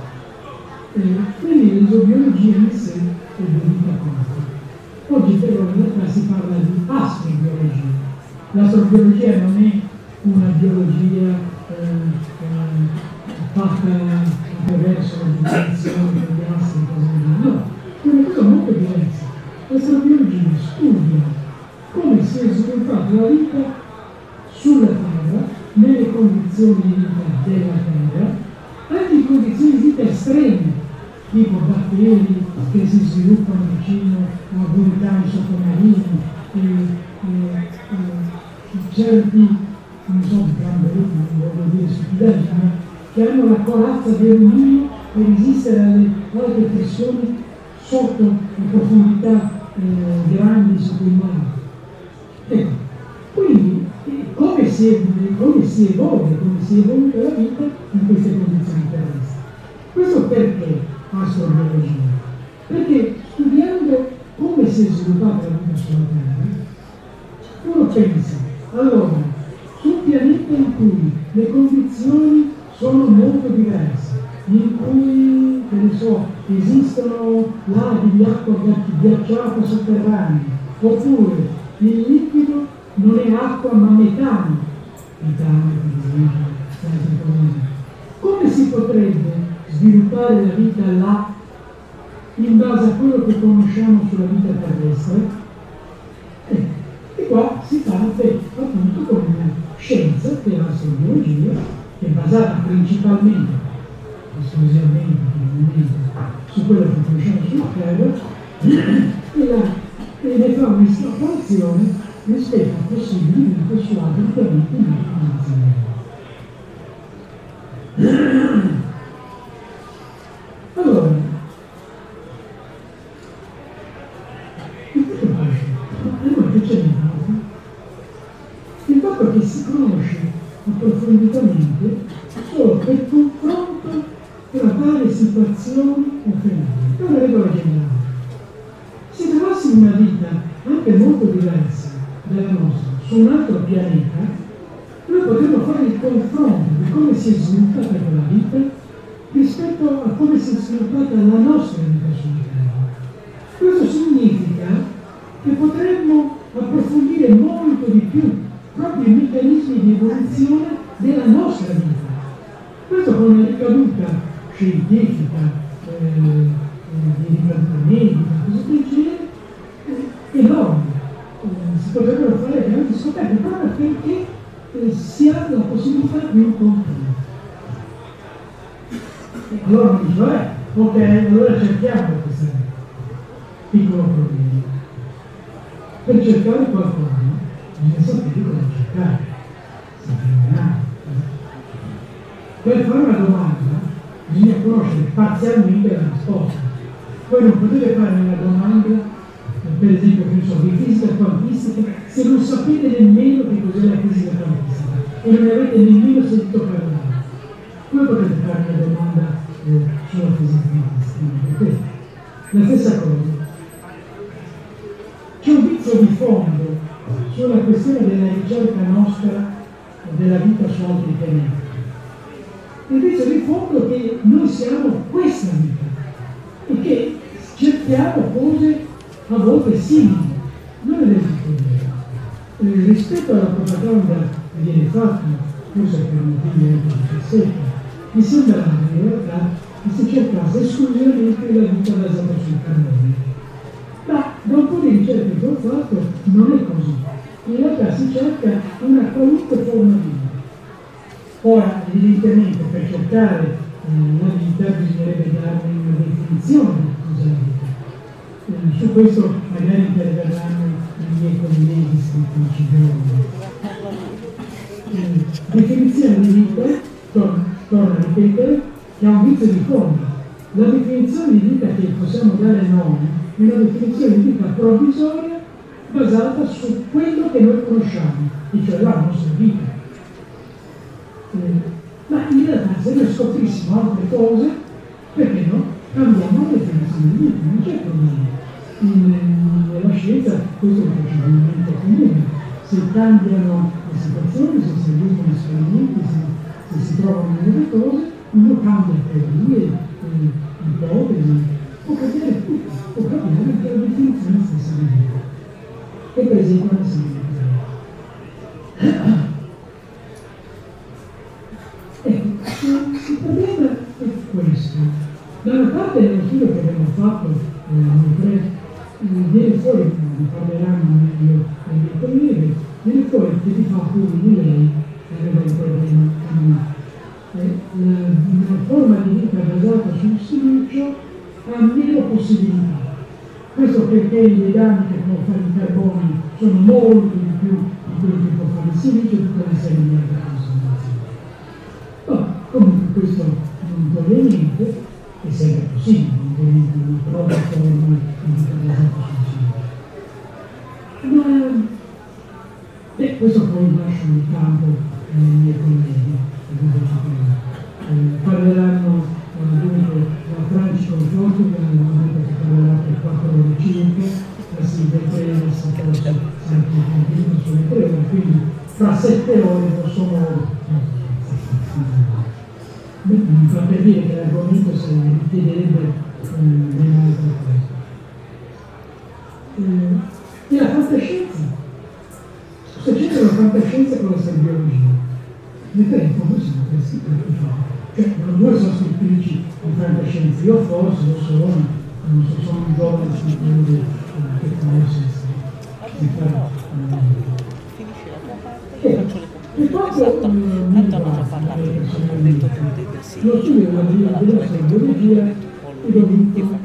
ci eh, Quindi l'esobiologia in sé è venuta conto. Oggi però in realtà si parla di astrobiologia. L'astrobiologia non è una biologia eh, eh, fatta attraverso la divisione degli astri e cose del genere. No, è una cosa molto diversa. L'astrobiologia studia come si è sviluppata la vita sulla Terra, nelle condizioni di vita della Terra, anche in condizioni di vita estreme, tipo batteri che si sviluppano vicino a vulcani sottomarini, e, e, e certi, non so, gamberuti, non voglio dire stupidaggini, ma che hanno la corazza dell'uranio per resistere alle alte pressioni sotto le profondità eh, grandi sotto il mare. Ecco, quindi eh, come, si, come si evolve, come si evolve la vita in queste condizioni terrestri. Questo perché astrobiologia? Perché studiando come si è sviluppata la vita sulla Terra, uno pensa, allora, su un pianeta in cui le condizioni sono molto diverse, in cui, che ne so, esistono laghi di acqua ghiacciata sotterranea, oppure il liquido non è acqua ma metano, metano per esempio, come si potrebbe sviluppare la vita là in base a quello che conosciamo sulla vita terrestre? Eh, e qua si parte appunto con una scienza che è l'astrobiologia, che è basata principalmente, esclusivamente per il momento, su quello che conosciamo sulla Terra, e, la, e ne fa un'estrapolazione rispetto a possibili vite su altri pianeti in altre condizioni. Allora, il fatto che c'è il fatto che si conosce approfonditamente solo per confronto tra varie situazioni o fenomeni. È una regola generale. Se trovassimo avessimo una vita anche molto diversa dalla nostra su un altro pianeta, noi potremmo fare il confronto di come si è sviluppata quella vita rispetto a come si è sviluppata la nostra vita sulla Terra. Questo significa che potremmo approfondire molto di più proprio i meccanismi di evoluzione della nostra vita. Questo con una ricaduta scientifica, eh, di ricaduta medica, cose del genere, eh, enorme. Eh, si potrebbero fare grandi scoperte, proprio perché eh, si ha la possibilità di un confronto. E allora mi dico, eh, ok, allora cerchiamo questo piccolo problema. Per cercare qualcosa bisogna sapere cosa cercare. Sapere. Per fare una domanda bisogna conoscere parzialmente la risposta. Voi non potete fare una domanda, per esempio, che so, di fisica quantistica, se non sapete nemmeno che cos'è la fisica quantistica e non ne avete nemmeno sentito parlare. Come potete fare una domanda eh, sulla fisica quantistica? La stessa cosa. C'è un vizio di fondo sulla questione della ricerca nostra della vita su altri pianeti. Il vizio di fondo è che noi siamo questa vita e che cerchiamo cose a volte simili, non è del eh, rispetto alla propaganda che viene fatta, forse per motivi anche diciassette, mi sembra in realtà che si cercasse esclusivamente la vita basata sul carbonio. Ma da un po' di ricerche che ho fatto non è così. In realtà si cerca una qualunque forma di vita. Ora, evidentemente, per cercare eh, la vita bisognerebbe darne una definizione di cosa è la vita. Eh, su questo magari interverranno i miei colleghi scrittrici geologi. Eh, definizione di vita, torno, torno a ripetere, che ha un vizio di fondo. La definizione di vita che possiamo dare noi è una definizione di vita provvisoria basata su quello che noi conosciamo, e cioè la nostra vita. Eh, ma in realtà se noi scoprissimo altre cose, perché no? Cambiamo la definizione di vita, non c'è problema. In, nella scienza questo è un procedimento comune. Se cambiano le situazioni, se si aggiungono esperimenti, se, se si trovano nuove cose, uno cambia teorie, eh, ipotesi, può cambiare tutto, può cambiare anche la definizione stessa di vita. E per esempio la simile. Il problema è questo. Da una parte nello studio che abbiamo fatto, eh, noi tre, eh, viene fuori, ne parleranno meglio i miei colleghi, viene fuori che di fatto uno di lei aveva un problema. Eh, la, una forma di vita basata sul silicio ha meno possibilità. Questo perché i legami che può fare il carbonio sono molto di più di quelli che può fare il silicio e tutta una serie di altre considerazioni. Ma comunque questo non toglie niente, e sempre possibile, ovviamente una propria forma di vita basata sul silicio. Ma beh, questo poi lascio in campo ai miei colleghi, eh, parleranno eh, dunque da Francia con Portugal, hanno detto che parlerà per quattro ore circa, la Silvia Trena, forse sempre un pochino sulle tre ore, quindi fra sette ore grosso modo. Mi fa per dire che l'argomento si richiederebbe eh, ben altre cose. Eh, e la fantascienza? Se c'è la fantascienza con la biologia, nel tempo noi siamo questi cioè, non due sono scrittrici di fantascienza, io forse lo sono, non so, sono un giovane scrittore che conosce si fa. E quando mi riguarda lo studio della biologia è dovuto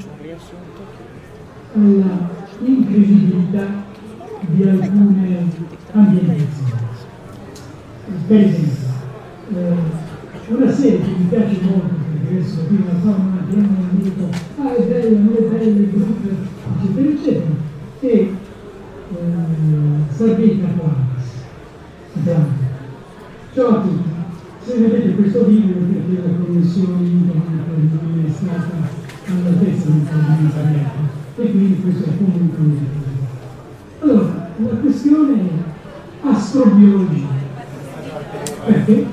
alla incredibilità di alcune ambientazioni. Per esempio, eh, una serie che mi piace molto, perché adesso qui la fa una grande amico, ah è bella, non è bella, eccetera, eccetera, e eh, Stargate Atlantis. Ciao a tutti, se vedete questo video perché la connessione internet non è stata all'altezza del problema. e quindi questo è fondamentale. Allora, la questione è astrobiologia. Perché?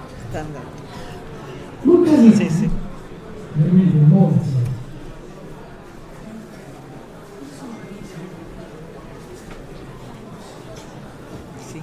Molti anni Sì, sì. veramente molti. Sì.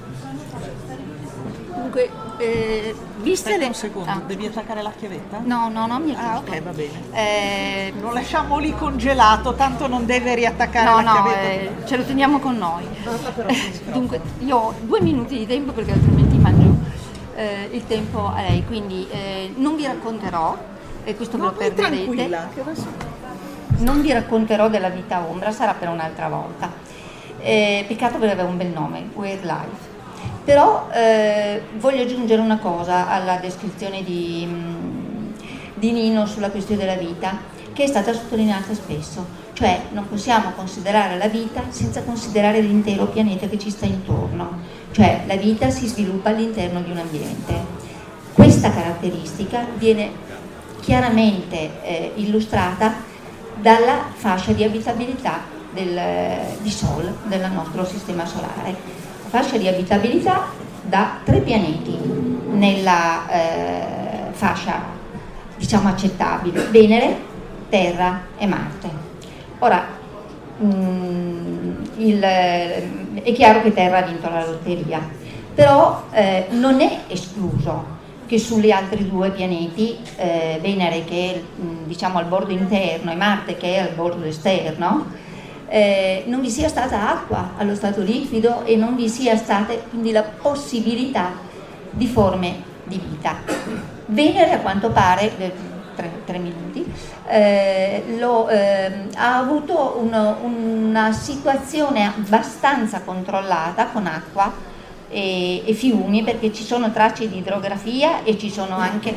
Dunque, eh, viste Aspetta le... un secondo, Ah, devi attaccare la chiavetta? no, no, no, mi è Ah, giusto. ok, va bene. Eh, Lo lasciamo lì congelato, tanto non deve riattaccare no, la no, chiavetta. eh, ce lo teniamo con noi. Dunque, io ho due minuti di tempo perché altrimenti mangio eh, il tempo a lei, quindi eh, non vi racconterò, e questo No, ve lo vai perderete, tranquilla, che adesso... non vi racconterò della vita ombra, sarà per un'altra volta. Eh, peccato perché aveva un bel nome, Weird Life. Però eh, voglio aggiungere una cosa alla descrizione di, di Nino sulla questione della vita, che è stata sottolineata spesso, cioè non possiamo considerare la vita senza considerare l'intero pianeta che ci sta intorno, cioè la vita si sviluppa all'interno di un ambiente. Questa caratteristica viene chiaramente eh, illustrata dalla fascia di abitabilità del, di Sol del nostro sistema solare. Fascia di abitabilità da tre pianeti nella eh, fascia diciamo accettabile: Venere, Terra e Marte. Ora mh, il, è chiaro che Terra ha vinto la lotteria, però eh, non è escluso che sugli altri due pianeti, eh, Venere che è mh, diciamo al bordo interno e Marte che è al bordo esterno, Eh, non vi sia stata acqua allo stato liquido e non vi sia stata quindi la possibilità di forme di vita. Venere, a quanto pare, eh, tre, tre minuti, eh, lo, eh, ha avuto uno, una situazione abbastanza controllata con acqua e, e fiumi, perché ci sono tracce di idrografia e ci sono anche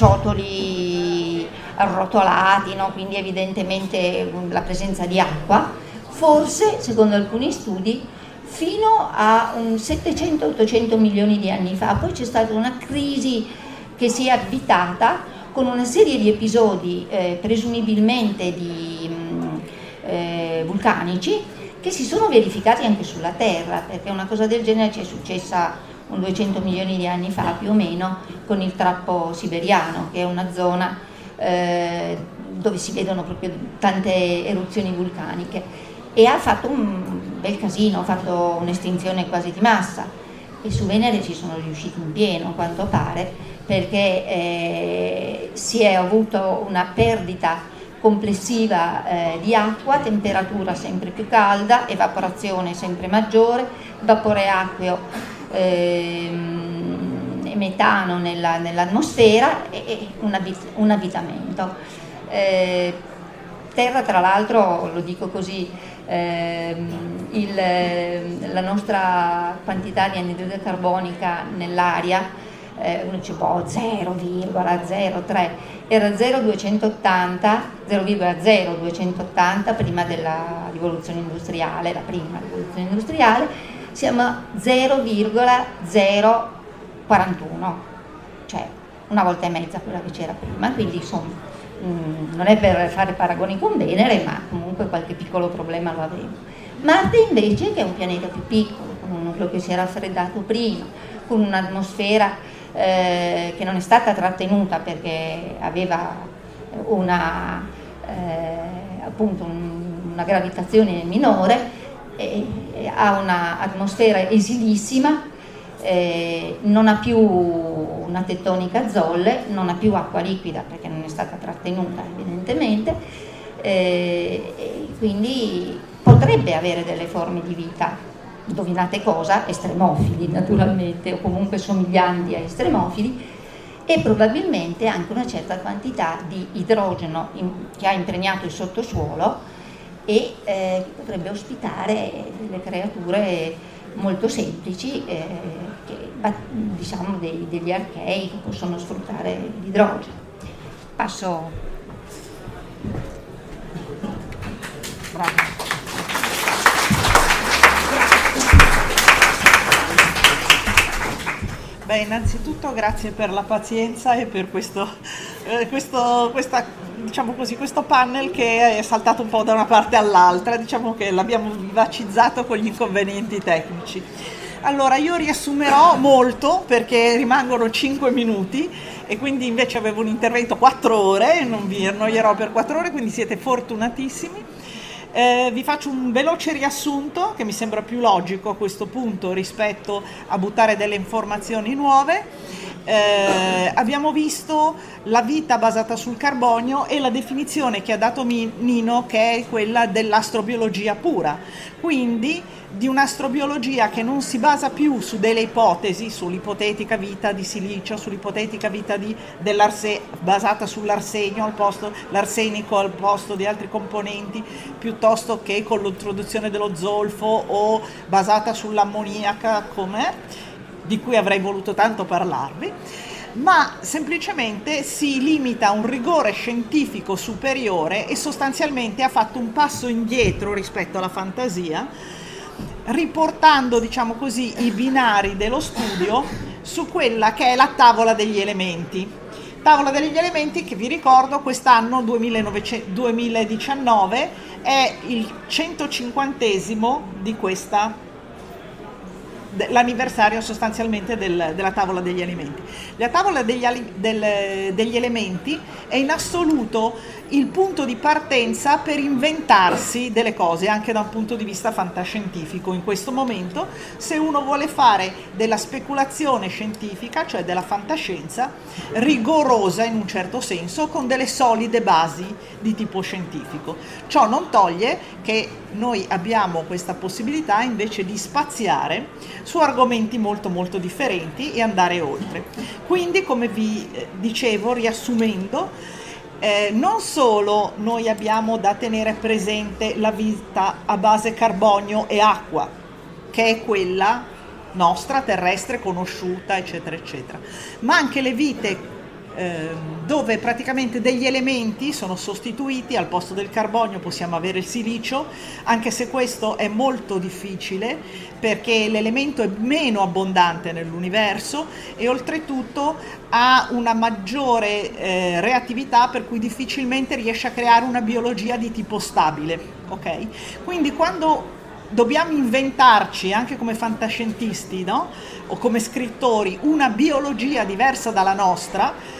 ciotoli arrotolati, no? Quindi evidentemente la presenza di acqua. Forse, secondo alcuni studi, fino a un settecento ottocento milioni di anni fa. Poi c'è stata una crisi che si è avvitata con una serie di episodi eh, presumibilmente di, mh, eh, vulcanici che si sono verificati anche sulla Terra, perché una cosa del genere ci è successa un duecento milioni di anni fa più o meno con il trappo siberiano, che è una zona eh, dove si vedono proprio tante eruzioni vulcaniche. E ha fatto un bel casino, ha fatto un'estinzione quasi di massa, e su Venere ci sono riusciti in pieno, a quanto pare, perché eh, si è avuto una perdita complessiva eh, di acqua, temperatura sempre più calda, evaporazione sempre maggiore, vapore acqueo ehm, e metano nella, nell'atmosfera e, e un, abit- un abitamento. Eh, Terra, tra l'altro, lo dico così, ehm, il, la nostra quantità di anidride carbonica nell'aria, eh, uno dice boh, zero virgola zero tre, era zero virgola duecentottanta, zero virgola zero duecentottanta prima della rivoluzione industriale, la prima rivoluzione industriale, siamo a zero virgola zero quarantuno, cioè una volta e mezza quella che c'era prima, quindi insomma non è per fare paragoni con Venere, ma comunque qualche piccolo problema lo avremo. Marte invece, che è un pianeta più piccolo, con un nucleo che si è raffreddato prima, con un'atmosfera eh, che non è stata trattenuta perché aveva una, eh, appunto un, una gravitazione minore, e, e ha un'atmosfera esilissima. Eh, non ha più una tettonica a zolle, non ha più acqua liquida perché non è stata trattenuta evidentemente, eh, e quindi potrebbe avere delle forme di vita, indovinate cosa? Estremofili naturalmente, o comunque somiglianti a estremofili, e probabilmente anche una certa quantità di idrogeno in, che ha impregnato il sottosuolo e eh, che potrebbe ospitare delle creature molto semplici, eh, che, diciamo dei, degli archei che possono sfruttare l'idrogeno. Passo. Bravo. Beh, innanzitutto grazie per la pazienza e per questo, eh, questo, questa diciamo così, questo panel che è saltato un po' da una parte all'altra, diciamo che l'abbiamo vivacizzato con gli inconvenienti tecnici. Allora, io riassumerò molto perché rimangono cinque minuti e quindi invece avevo un intervento quattro ore, non vi annoierò per quattro ore, quindi siete fortunatissimi. Eh, vi faccio un veloce riassunto che mi sembra più logico a questo punto rispetto a buttare delle informazioni nuove. Eh, abbiamo visto la vita basata sul carbonio e la definizione che ha dato Nino, che è quella dell'astrobiologia pura, quindi di un'astrobiologia che non si basa più su delle ipotesi, sull'ipotetica vita di silicio, sull'ipotetica vita di, dell'arse, basata sull'arsenio al posto, l'arsenico al posto di altri componenti, piuttosto che con l'introduzione dello zolfo o basata sull'ammoniaca com'è, di cui avrei voluto tanto parlarvi, ma semplicemente si limita a un rigore scientifico superiore e sostanzialmente ha fatto un passo indietro rispetto alla fantasia, riportando, diciamo così, i binari dello studio su quella che è la tavola degli elementi. Tavola degli elementi che, vi ricordo, quest'anno duemiladiciannove è il centocinquantesimo di questa l'anniversario sostanzialmente del, della tavola degli elementi. La tavola degli, del, degli elementi è in assoluto il punto di partenza per inventarsi delle cose, anche da un punto di vista fantascientifico. In questo momento, se uno vuole fare della speculazione scientifica, cioè della fantascienza, rigorosa in un certo senso, con delle solide basi di tipo scientifico. Ciò non toglie che noi abbiamo questa possibilità invece di spaziare su argomenti molto molto differenti e andare oltre. Quindi, come vi dicevo, riassumendo, eh, non solo noi abbiamo da tenere presente la vita a base carbonio e acqua, che è quella nostra, terrestre, conosciuta, eccetera, eccetera, ma anche le vite dove praticamente degli elementi sono sostituiti, al posto del carbonio possiamo avere il silicio, anche se questo è molto difficile perché l'elemento è meno abbondante nell'universo e oltretutto ha una maggiore eh, reattività, per cui difficilmente riesce a creare una biologia di tipo stabile, ok? Quindi quando dobbiamo inventarci, anche come fantascientisti, no? O come scrittori, una biologia diversa dalla nostra,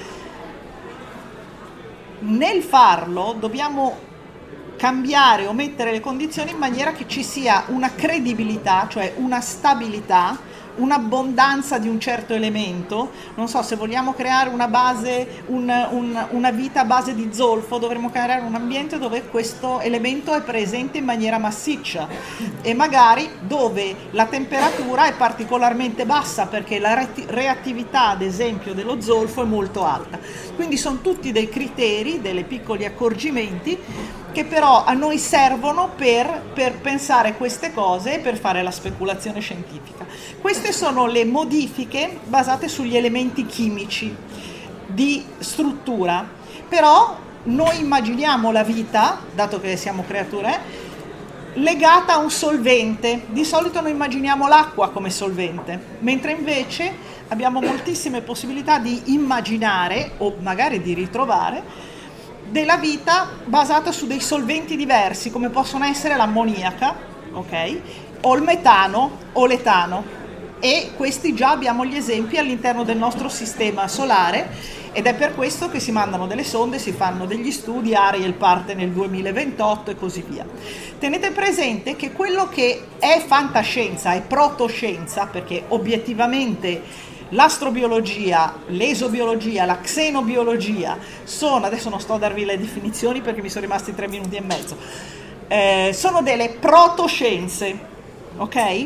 nel farlo dobbiamo cambiare o mettere le condizioni in maniera che ci sia una credibilità, cioè una stabilità, un'abbondanza di un certo elemento. Non so, se vogliamo creare una base, un, un, una vita a base di zolfo, dovremmo creare un ambiente dove questo elemento è presente in maniera massiccia e magari dove la temperatura è particolarmente bassa, perché la reattività, ad esempio, dello zolfo è molto alta. Quindi sono tutti dei criteri, dei piccoli accorgimenti che però a noi servono per, per pensare queste cose e per fare la speculazione scientifica. Queste sono le modifiche basate sugli elementi chimici di struttura, però noi immaginiamo la vita, dato che siamo creature, legata a un solvente. Di solito noi immaginiamo l'acqua come solvente, mentre invece abbiamo moltissime possibilità di immaginare o magari di ritrovare della vita basata su dei solventi diversi, come possono essere l'ammoniaca, ok? O il metano o l'etano, e questi già abbiamo gli esempi all'interno del nostro sistema solare ed è per questo che si mandano delle sonde, si fanno degli studi, Ariel parte nel duemilaventotto e così via. Tenete presente che quello che è fantascienza è protoscienza, perché obiettivamente l'astrobiologia, l'esobiologia, la xenobiologia sono, adesso non sto a darvi le definizioni perché mi sono rimasti tre minuti e mezzo, eh, sono delle protoscienze, ok?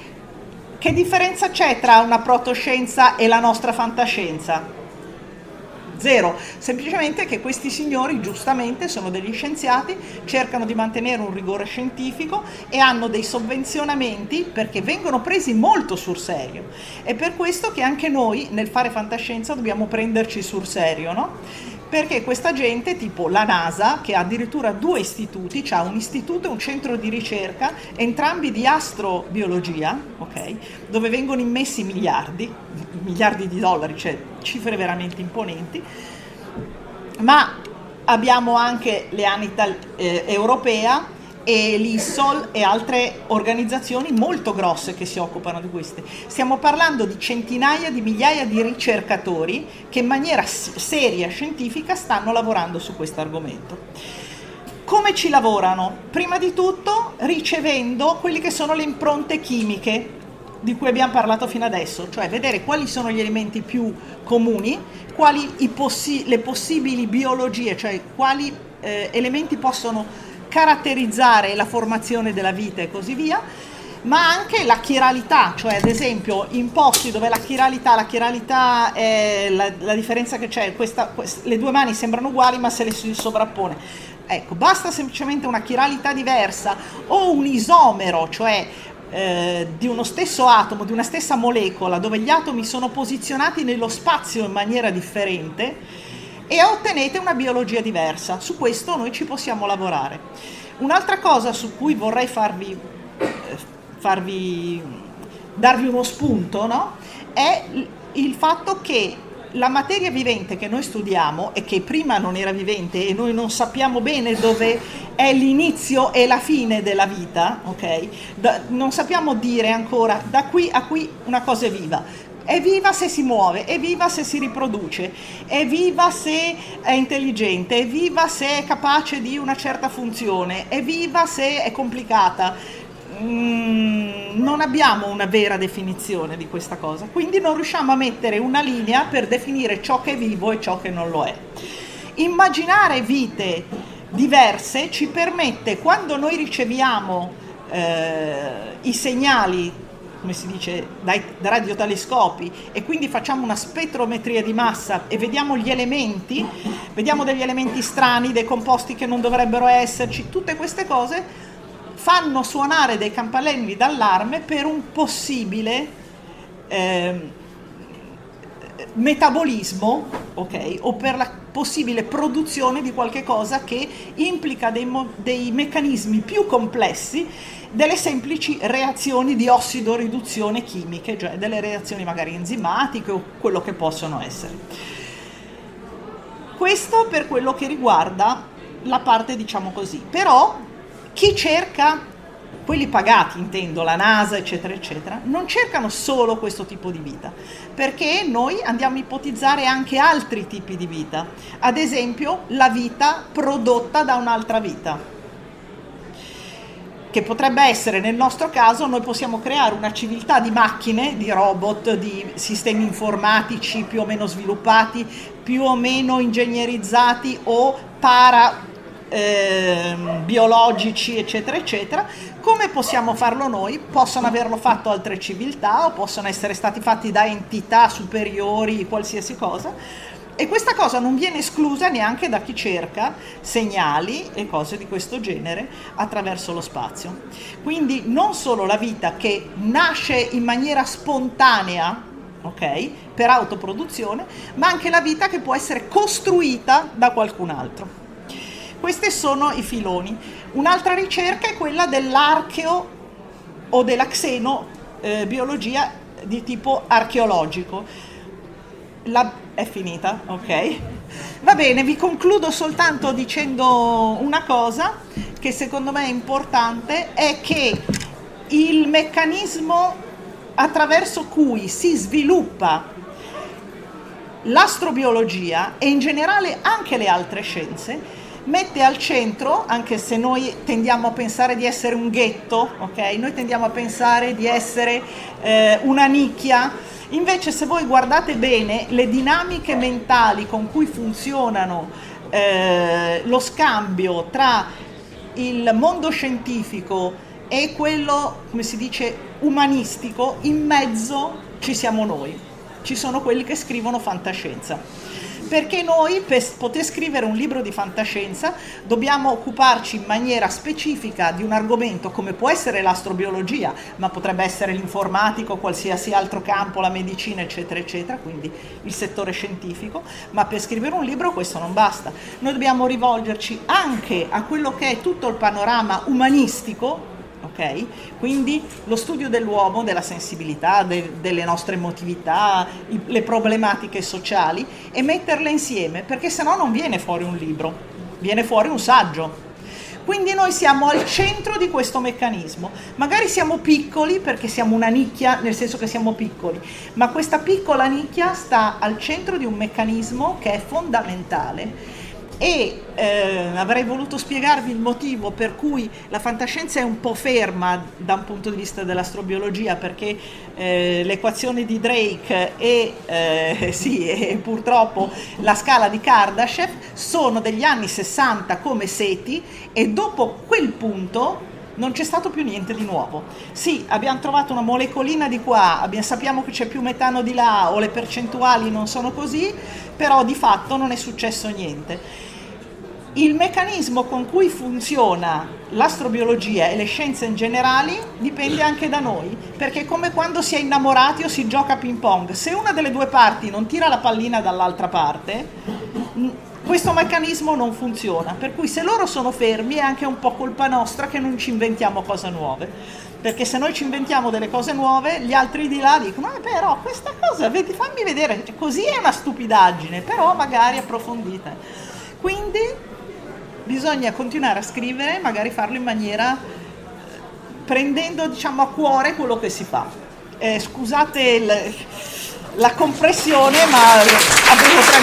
Che differenza c'è tra una protoscienza e la nostra fantascienza? Zero, semplicemente che questi signori giustamente sono degli scienziati, cercano di mantenere un rigore scientifico e hanno dei sovvenzionamenti perché vengono presi molto sul serio. È per questo che anche noi nel fare fantascienza dobbiamo prenderci sul serio, no? Perché questa gente, tipo la NASA, che ha addirittura due istituti, c'ha un istituto e un centro di ricerca, entrambi di astrobiologia, ok? Dove vengono immessi miliardi, miliardi di dollari, cioè cifre veramente imponenti, ma abbiamo anche l'E A N I T eh, europea e l'I S O L e altre organizzazioni molto grosse che si occupano di queste. Stiamo parlando di centinaia di migliaia di ricercatori che in maniera seria, scientifica, stanno lavorando su questo argomento. Come ci lavorano? Prima di tutto ricevendo quelli che sono le impronte chimiche di cui abbiamo parlato fino adesso, cioè vedere quali sono gli elementi più comuni, quali i possi- le possibili biologie, cioè quali eh, elementi possono caratterizzare la formazione della vita e così via, ma anche la chiralità, cioè ad esempio in posti dove la chiralità, la chiralità è la, la differenza che c'è, questa, questa, le due mani sembrano uguali ma se le si sovrappone. Ecco, basta semplicemente una chiralità diversa o un isomero, cioè eh, di uno stesso atomo, di una stessa molecola, dove gli atomi sono posizionati nello spazio in maniera differente, e ottenete una biologia diversa. Su questo noi ci possiamo lavorare. Un'altra cosa su cui vorrei farvi, farvi darvi uno spunto, no? È il fatto che la materia vivente che noi studiamo e che prima non era vivente e noi non sappiamo bene dove è l'inizio e la fine della vita, ok? Da, non sappiamo dire ancora da qui a qui una cosa è viva. È viva se si muove, è viva se si riproduce, è viva se è intelligente, è viva se è capace di una certa funzione, è viva se è complicata. Mm, non abbiamo una vera definizione di questa cosa, quindi non riusciamo a mettere una linea per definire ciò che è vivo e ciò che non lo è. Immaginare vite diverse ci permette, quando noi riceviamo eh, i segnali, come si dice, dai radiotelescopi, e quindi facciamo una spettrometria di massa e vediamo gli elementi, vediamo degli elementi strani, dei composti che non dovrebbero esserci, tutte queste cose fanno suonare dei campanelli d'allarme per un possibile eh, metabolismo, ok, o per la possibile produzione di qualche cosa che implica dei, mo- dei meccanismi più complessi delle semplici reazioni di ossidoriduzione chimiche, cioè delle reazioni magari enzimatiche o quello che possono essere. Questo per quello che riguarda la parte, diciamo così. Però chi cerca, quelli pagati intendo, la NASA eccetera eccetera, non cercano solo questo tipo di vita, perché noi andiamo a ipotizzare anche altri tipi di vita, ad esempio la vita prodotta da un'altra vita, che potrebbe essere, nel nostro caso, noi possiamo creare una civiltà di macchine, di robot, di sistemi informatici più o meno sviluppati, più o meno ingegnerizzati o para eh, biologici eccetera eccetera. Come possiamo farlo noi? Possono averlo fatto altre civiltà o possono essere stati fatti da entità superiori, qualsiasi cosa. E questa cosa non viene esclusa neanche da chi cerca segnali e cose di questo genere attraverso lo spazio. Quindi non solo la vita che nasce in maniera spontanea, ok, per autoproduzione, ma anche la vita che può essere costruita da qualcun altro. Questi sono i filoni. Un'altra ricerca è quella dell'archeo o della xenobiologia eh, di tipo archeologico. La è finita, ok? Va bene, vi concludo soltanto dicendo una cosa che secondo me è importante, è che il meccanismo attraverso cui si sviluppa l'astrobiologia e in generale anche le altre scienze mette al centro, anche se noi tendiamo a pensare di essere un ghetto, ok? Noi tendiamo a pensare di essere eh, una nicchia. Invece, se voi guardate bene le dinamiche mentali con cui funzionano eh, lo scambio tra il mondo scientifico e quello, come si dice, umanistico, in mezzo ci siamo noi. Ci sono quelli che scrivono fantascienza. Perché noi, per poter scrivere un libro di fantascienza, dobbiamo occuparci in maniera specifica di un argomento come può essere l'astrobiologia, ma potrebbe essere l'informatico, qualsiasi altro campo, la medicina, eccetera, eccetera, quindi il settore scientifico, ma per scrivere un libro questo non basta. Noi dobbiamo rivolgerci anche a quello che è tutto il panorama umanistico, ok? Quindi lo studio dell'uomo, della sensibilità, de- delle nostre emotività, i- le problematiche sociali, e metterle insieme, perché sennò non viene fuori un libro. viene fuori un saggio. Quindi noi siamo al centro di questo meccanismo. Magari siamo piccoli perché siamo una nicchia, nel senso che siamo piccoli, ma questa piccola nicchia sta al centro di un meccanismo che è fondamentale. E eh, avrei voluto spiegarvi il motivo per cui la fantascienza è un po' ferma da un punto di vista dell'astrobiologia, perché eh, le equazioni di Drake e, eh, sì, e purtroppo la scala di Kardashev sono degli anni sessanta come SETI, e dopo quel punto non c'è stato più niente di nuovo. Sì, abbiamo trovato una molecolina di qua, abbiamo, sappiamo che c'è più metano di là, o le percentuali non sono così, però di fatto non è successo niente. Il meccanismo con cui funziona l'astrobiologia e le scienze in generale dipende anche da noi, perché è come quando si è innamorati o si gioca a ping pong. Se una delle due parti non tira la pallina dall'altra parte, questo meccanismo non funziona, per cui se loro sono fermi è anche un po' colpa nostra che non ci inventiamo cose nuove, perché se noi ci inventiamo delle cose nuove gli altri di là dicono eh, però questa cosa, vedi, fammi vedere, così è una stupidaggine, però magari approfondita. Quindi bisogna continuare a scrivere, magari farlo in maniera prendendo, diciamo, a cuore quello che si fa. Eh, scusate il, la compressione, ma avevo tre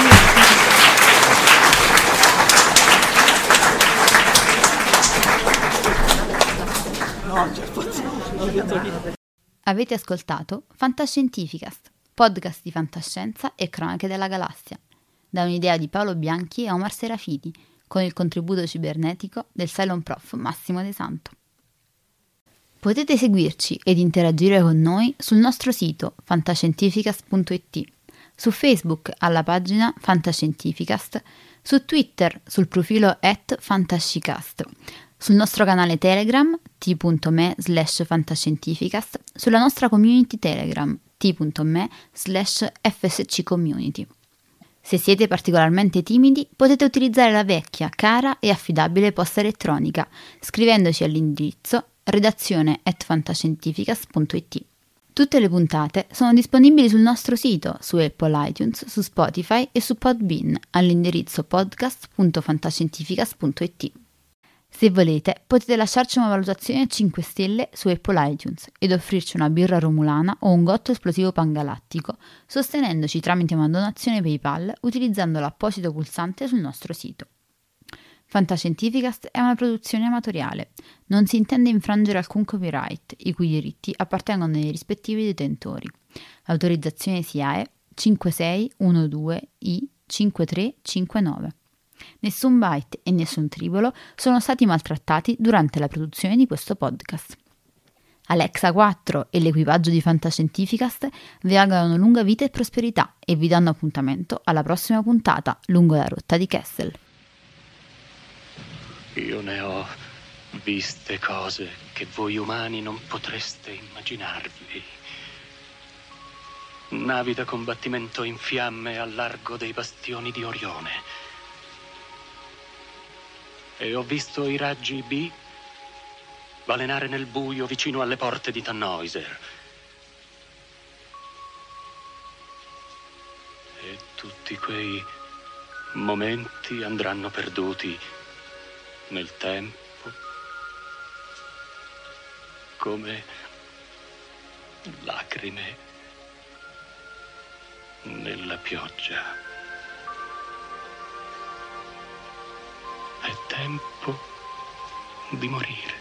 minuti. Avete ascoltato Fantascientificast, podcast di fantascienza e cronache della galassia, da un'idea di Paolo Bianchi e Omar Serafiti, con il contributo cibernetico del Cylon Prof Massimo De Santo. Potete seguirci ed interagire con noi sul nostro sito fantascientificast punto it, su Facebook alla pagina Fantascientificast, su Twitter sul profilo at fantascicast, sul nostro canale Telegram t.me slash fantascientificast, sulla nostra community Telegram t.me slash fsccommunity. Se siete particolarmente timidi, potete utilizzare la vecchia, cara e affidabile posta elettronica, scrivendoci all'indirizzo redazione at fantascientificast punto it. Tutte le puntate sono disponibili sul nostro sito, su Apple iTunes, su Spotify e su Podbean, all'indirizzo podcast punto fantascientificast punto it. Se volete, potete lasciarci una valutazione a cinque stelle su Apple iTunes ed offrirci una birra romulana o un gotto esplosivo pangalattico, sostenendoci tramite una donazione PayPal utilizzando l'apposito pulsante sul nostro sito. Fantascientificast è una produzione amatoriale, non si intende infrangere alcun copyright, i cui diritti appartengono ai rispettivi detentori. L'autorizzazione S I A E cinque sei uno due I cinque tre cinque nove. Nessun byte e nessun tribolo sono stati maltrattati durante la produzione di questo podcast. Alexa quattro e l'equipaggio di Fantascientificast vi augurano lunga vita e prosperità e vi danno appuntamento alla prossima puntata lungo la rotta di Kessel. Io ne ho viste cose che voi umani non potreste immaginarvi. Navi da combattimento in fiamme al largo dei bastioni di Orione. E ho visto i raggi B balenare nel buio vicino alle porte di Tannhäuser. E tutti quei momenti andranno perduti nel tempo, come lacrime nella pioggia. È tempo di morire.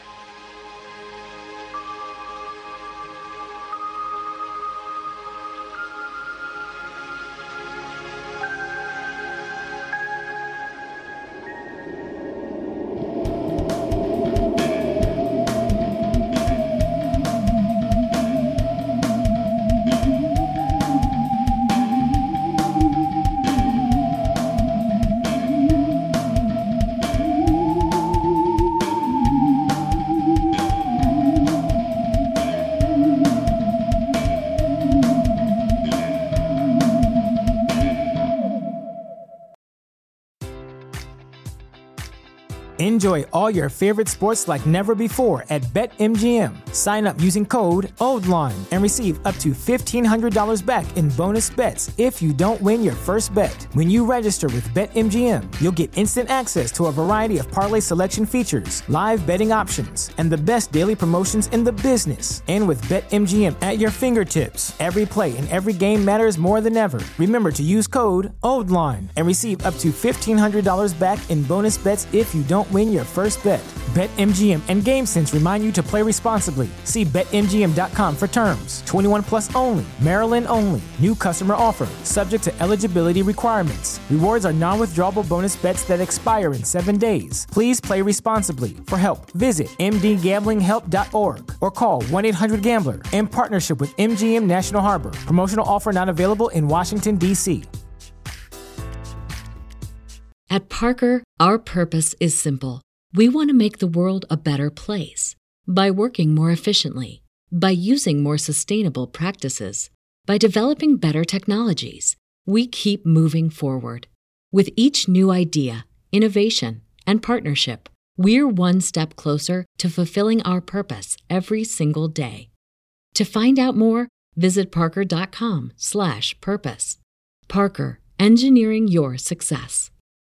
Enjoy all your favorite sports like never before at BetMGM. Sign up using code OLDLINE and receive up to fifteen hundred dollars back in bonus bets if you don't win your first bet. When you register with BetMGM, you'll get instant access to a variety of parlay selection features, live betting options, and the best daily promotions in the business. And with BetMGM at your fingertips, every play and every game matters more than ever. Remember to use code OLDLINE and receive up to fifteen hundred dollars back in bonus bets if you don't win your first bet. BetMGM and GameSense remind you to play responsibly. See Bet M G M dot com for terms. twenty-one plus only. Maryland only. New customer offer. Subject to eligibility requirements. Rewards are non-withdrawable bonus bets that expire in seven days. Please play responsibly. For help, visit m d gambling help dot org or call one eight hundred gambler in partnership with M G M National Harbor. Promotional offer not available in Washington, D C At Parker, our purpose is simple. We want to make the world a better place by working more efficiently, by using more sustainable practices, by developing better technologies. We keep moving forward. With each new idea, innovation, and partnership, we're one step closer to fulfilling our purpose every single day. To find out more, visit parker dot com slash purpose. Parker, engineering your success.